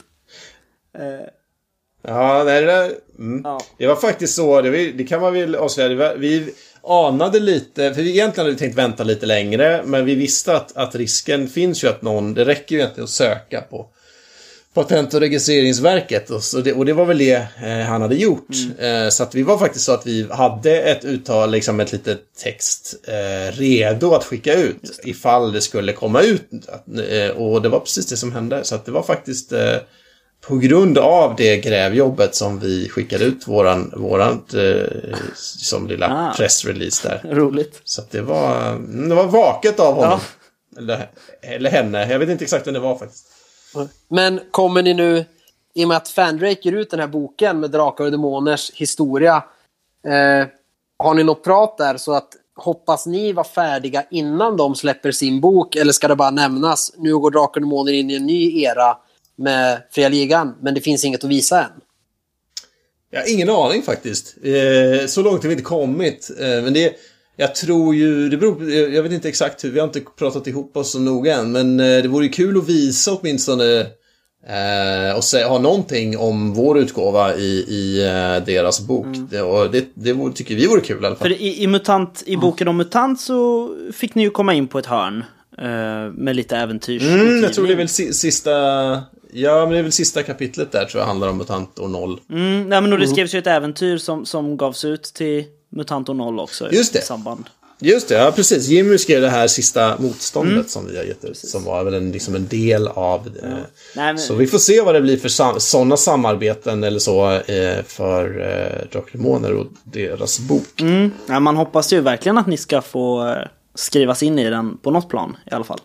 Ja, det var faktiskt så. Det kan man väl avslöja. Vi anade lite, för vi egentligen hade tänkt vänta lite längre, men vi visste att risken finns ju att det räcker ju egentligen att söka på Patent- och registreringsverket, och det var väl det han hade gjort. Så att vi var faktiskt så att vi hade ett uttal, liksom ett litet text redo att skicka ut ifall det skulle komma ut, och det var precis det som hände. Så att det var faktiskt på grund av det grävjobbet som vi skickade ut våran som lilla pressrelease där. Roligt. Så att det var vaket av honom. Eller henne, jag vet inte exakt vem det var faktiskt. Men kommer ni nu, i och med att Fandrake ger ut den här boken med Drakar och Demoners historia, har ni något prat där, så att hoppas ni vara färdiga innan de släpper sin bok, eller ska det bara nämnas, nu går Drakar och Demoner in i en ny era med Fria Ligan, men det finns inget att visa än? Jag har ingen aning faktiskt. Så långt har vi inte kommit. Men jag tror ju, jag vet inte exakt hur, vi har inte pratat ihop oss så noga än, men det vore ju kul att visa åtminstone och ha någonting om vår utgåva i deras bok. Det tycker vi vore kul i alla fall. För i boken om MUTANT så fick ni ju komma in på ett hörn med lite äventyrs. Jag tror det är väl sista... Ja, men det är väl sista kapitlet där, tror jag, handlar om MUTANT och 0. Men det skrevs ju ett äventyr som gavs ut till MUTANT och 0 också. Just det. I samband. Just det, ja precis. Jimmy skrev det här sista motståndet som vi har gett ut, som var väl en del av det. Så vi får se vad det blir för sådana samarbeten eller så för Drakar och Demoner och deras bok. Man hoppas ju verkligen att ni ska få skrivas in i den på något plan i alla fall.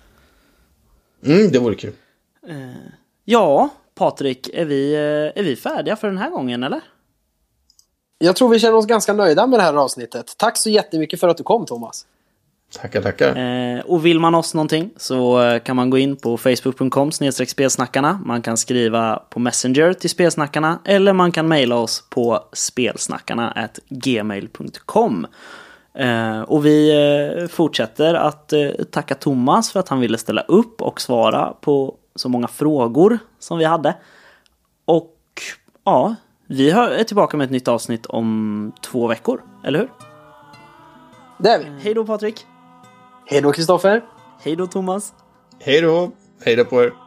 Det vore kul. Ja, Patrik, är vi färdiga för den här gången, eller? Jag tror vi känner oss ganska nöjda med det här avsnittet. Tack så jättemycket för att du kom, Thomas. Tackar. Och vill man oss någonting så kan man gå in på facebook.com/spelsnackarna. Man kan skriva på Messenger till Spelsnackarna, eller man kan mejla oss på spelsnackarna@gmail.com. Och vi fortsätter att tacka Thomas för att han ville ställa upp och svara på så många frågor som vi hade. Och ja, vi är tillbaka med ett nytt avsnitt om 2 veckor, eller hur? Det är vi. Hej då Patrik. Hej då Kristoffer. Hej då Thomas. Hej då. Hej då på er.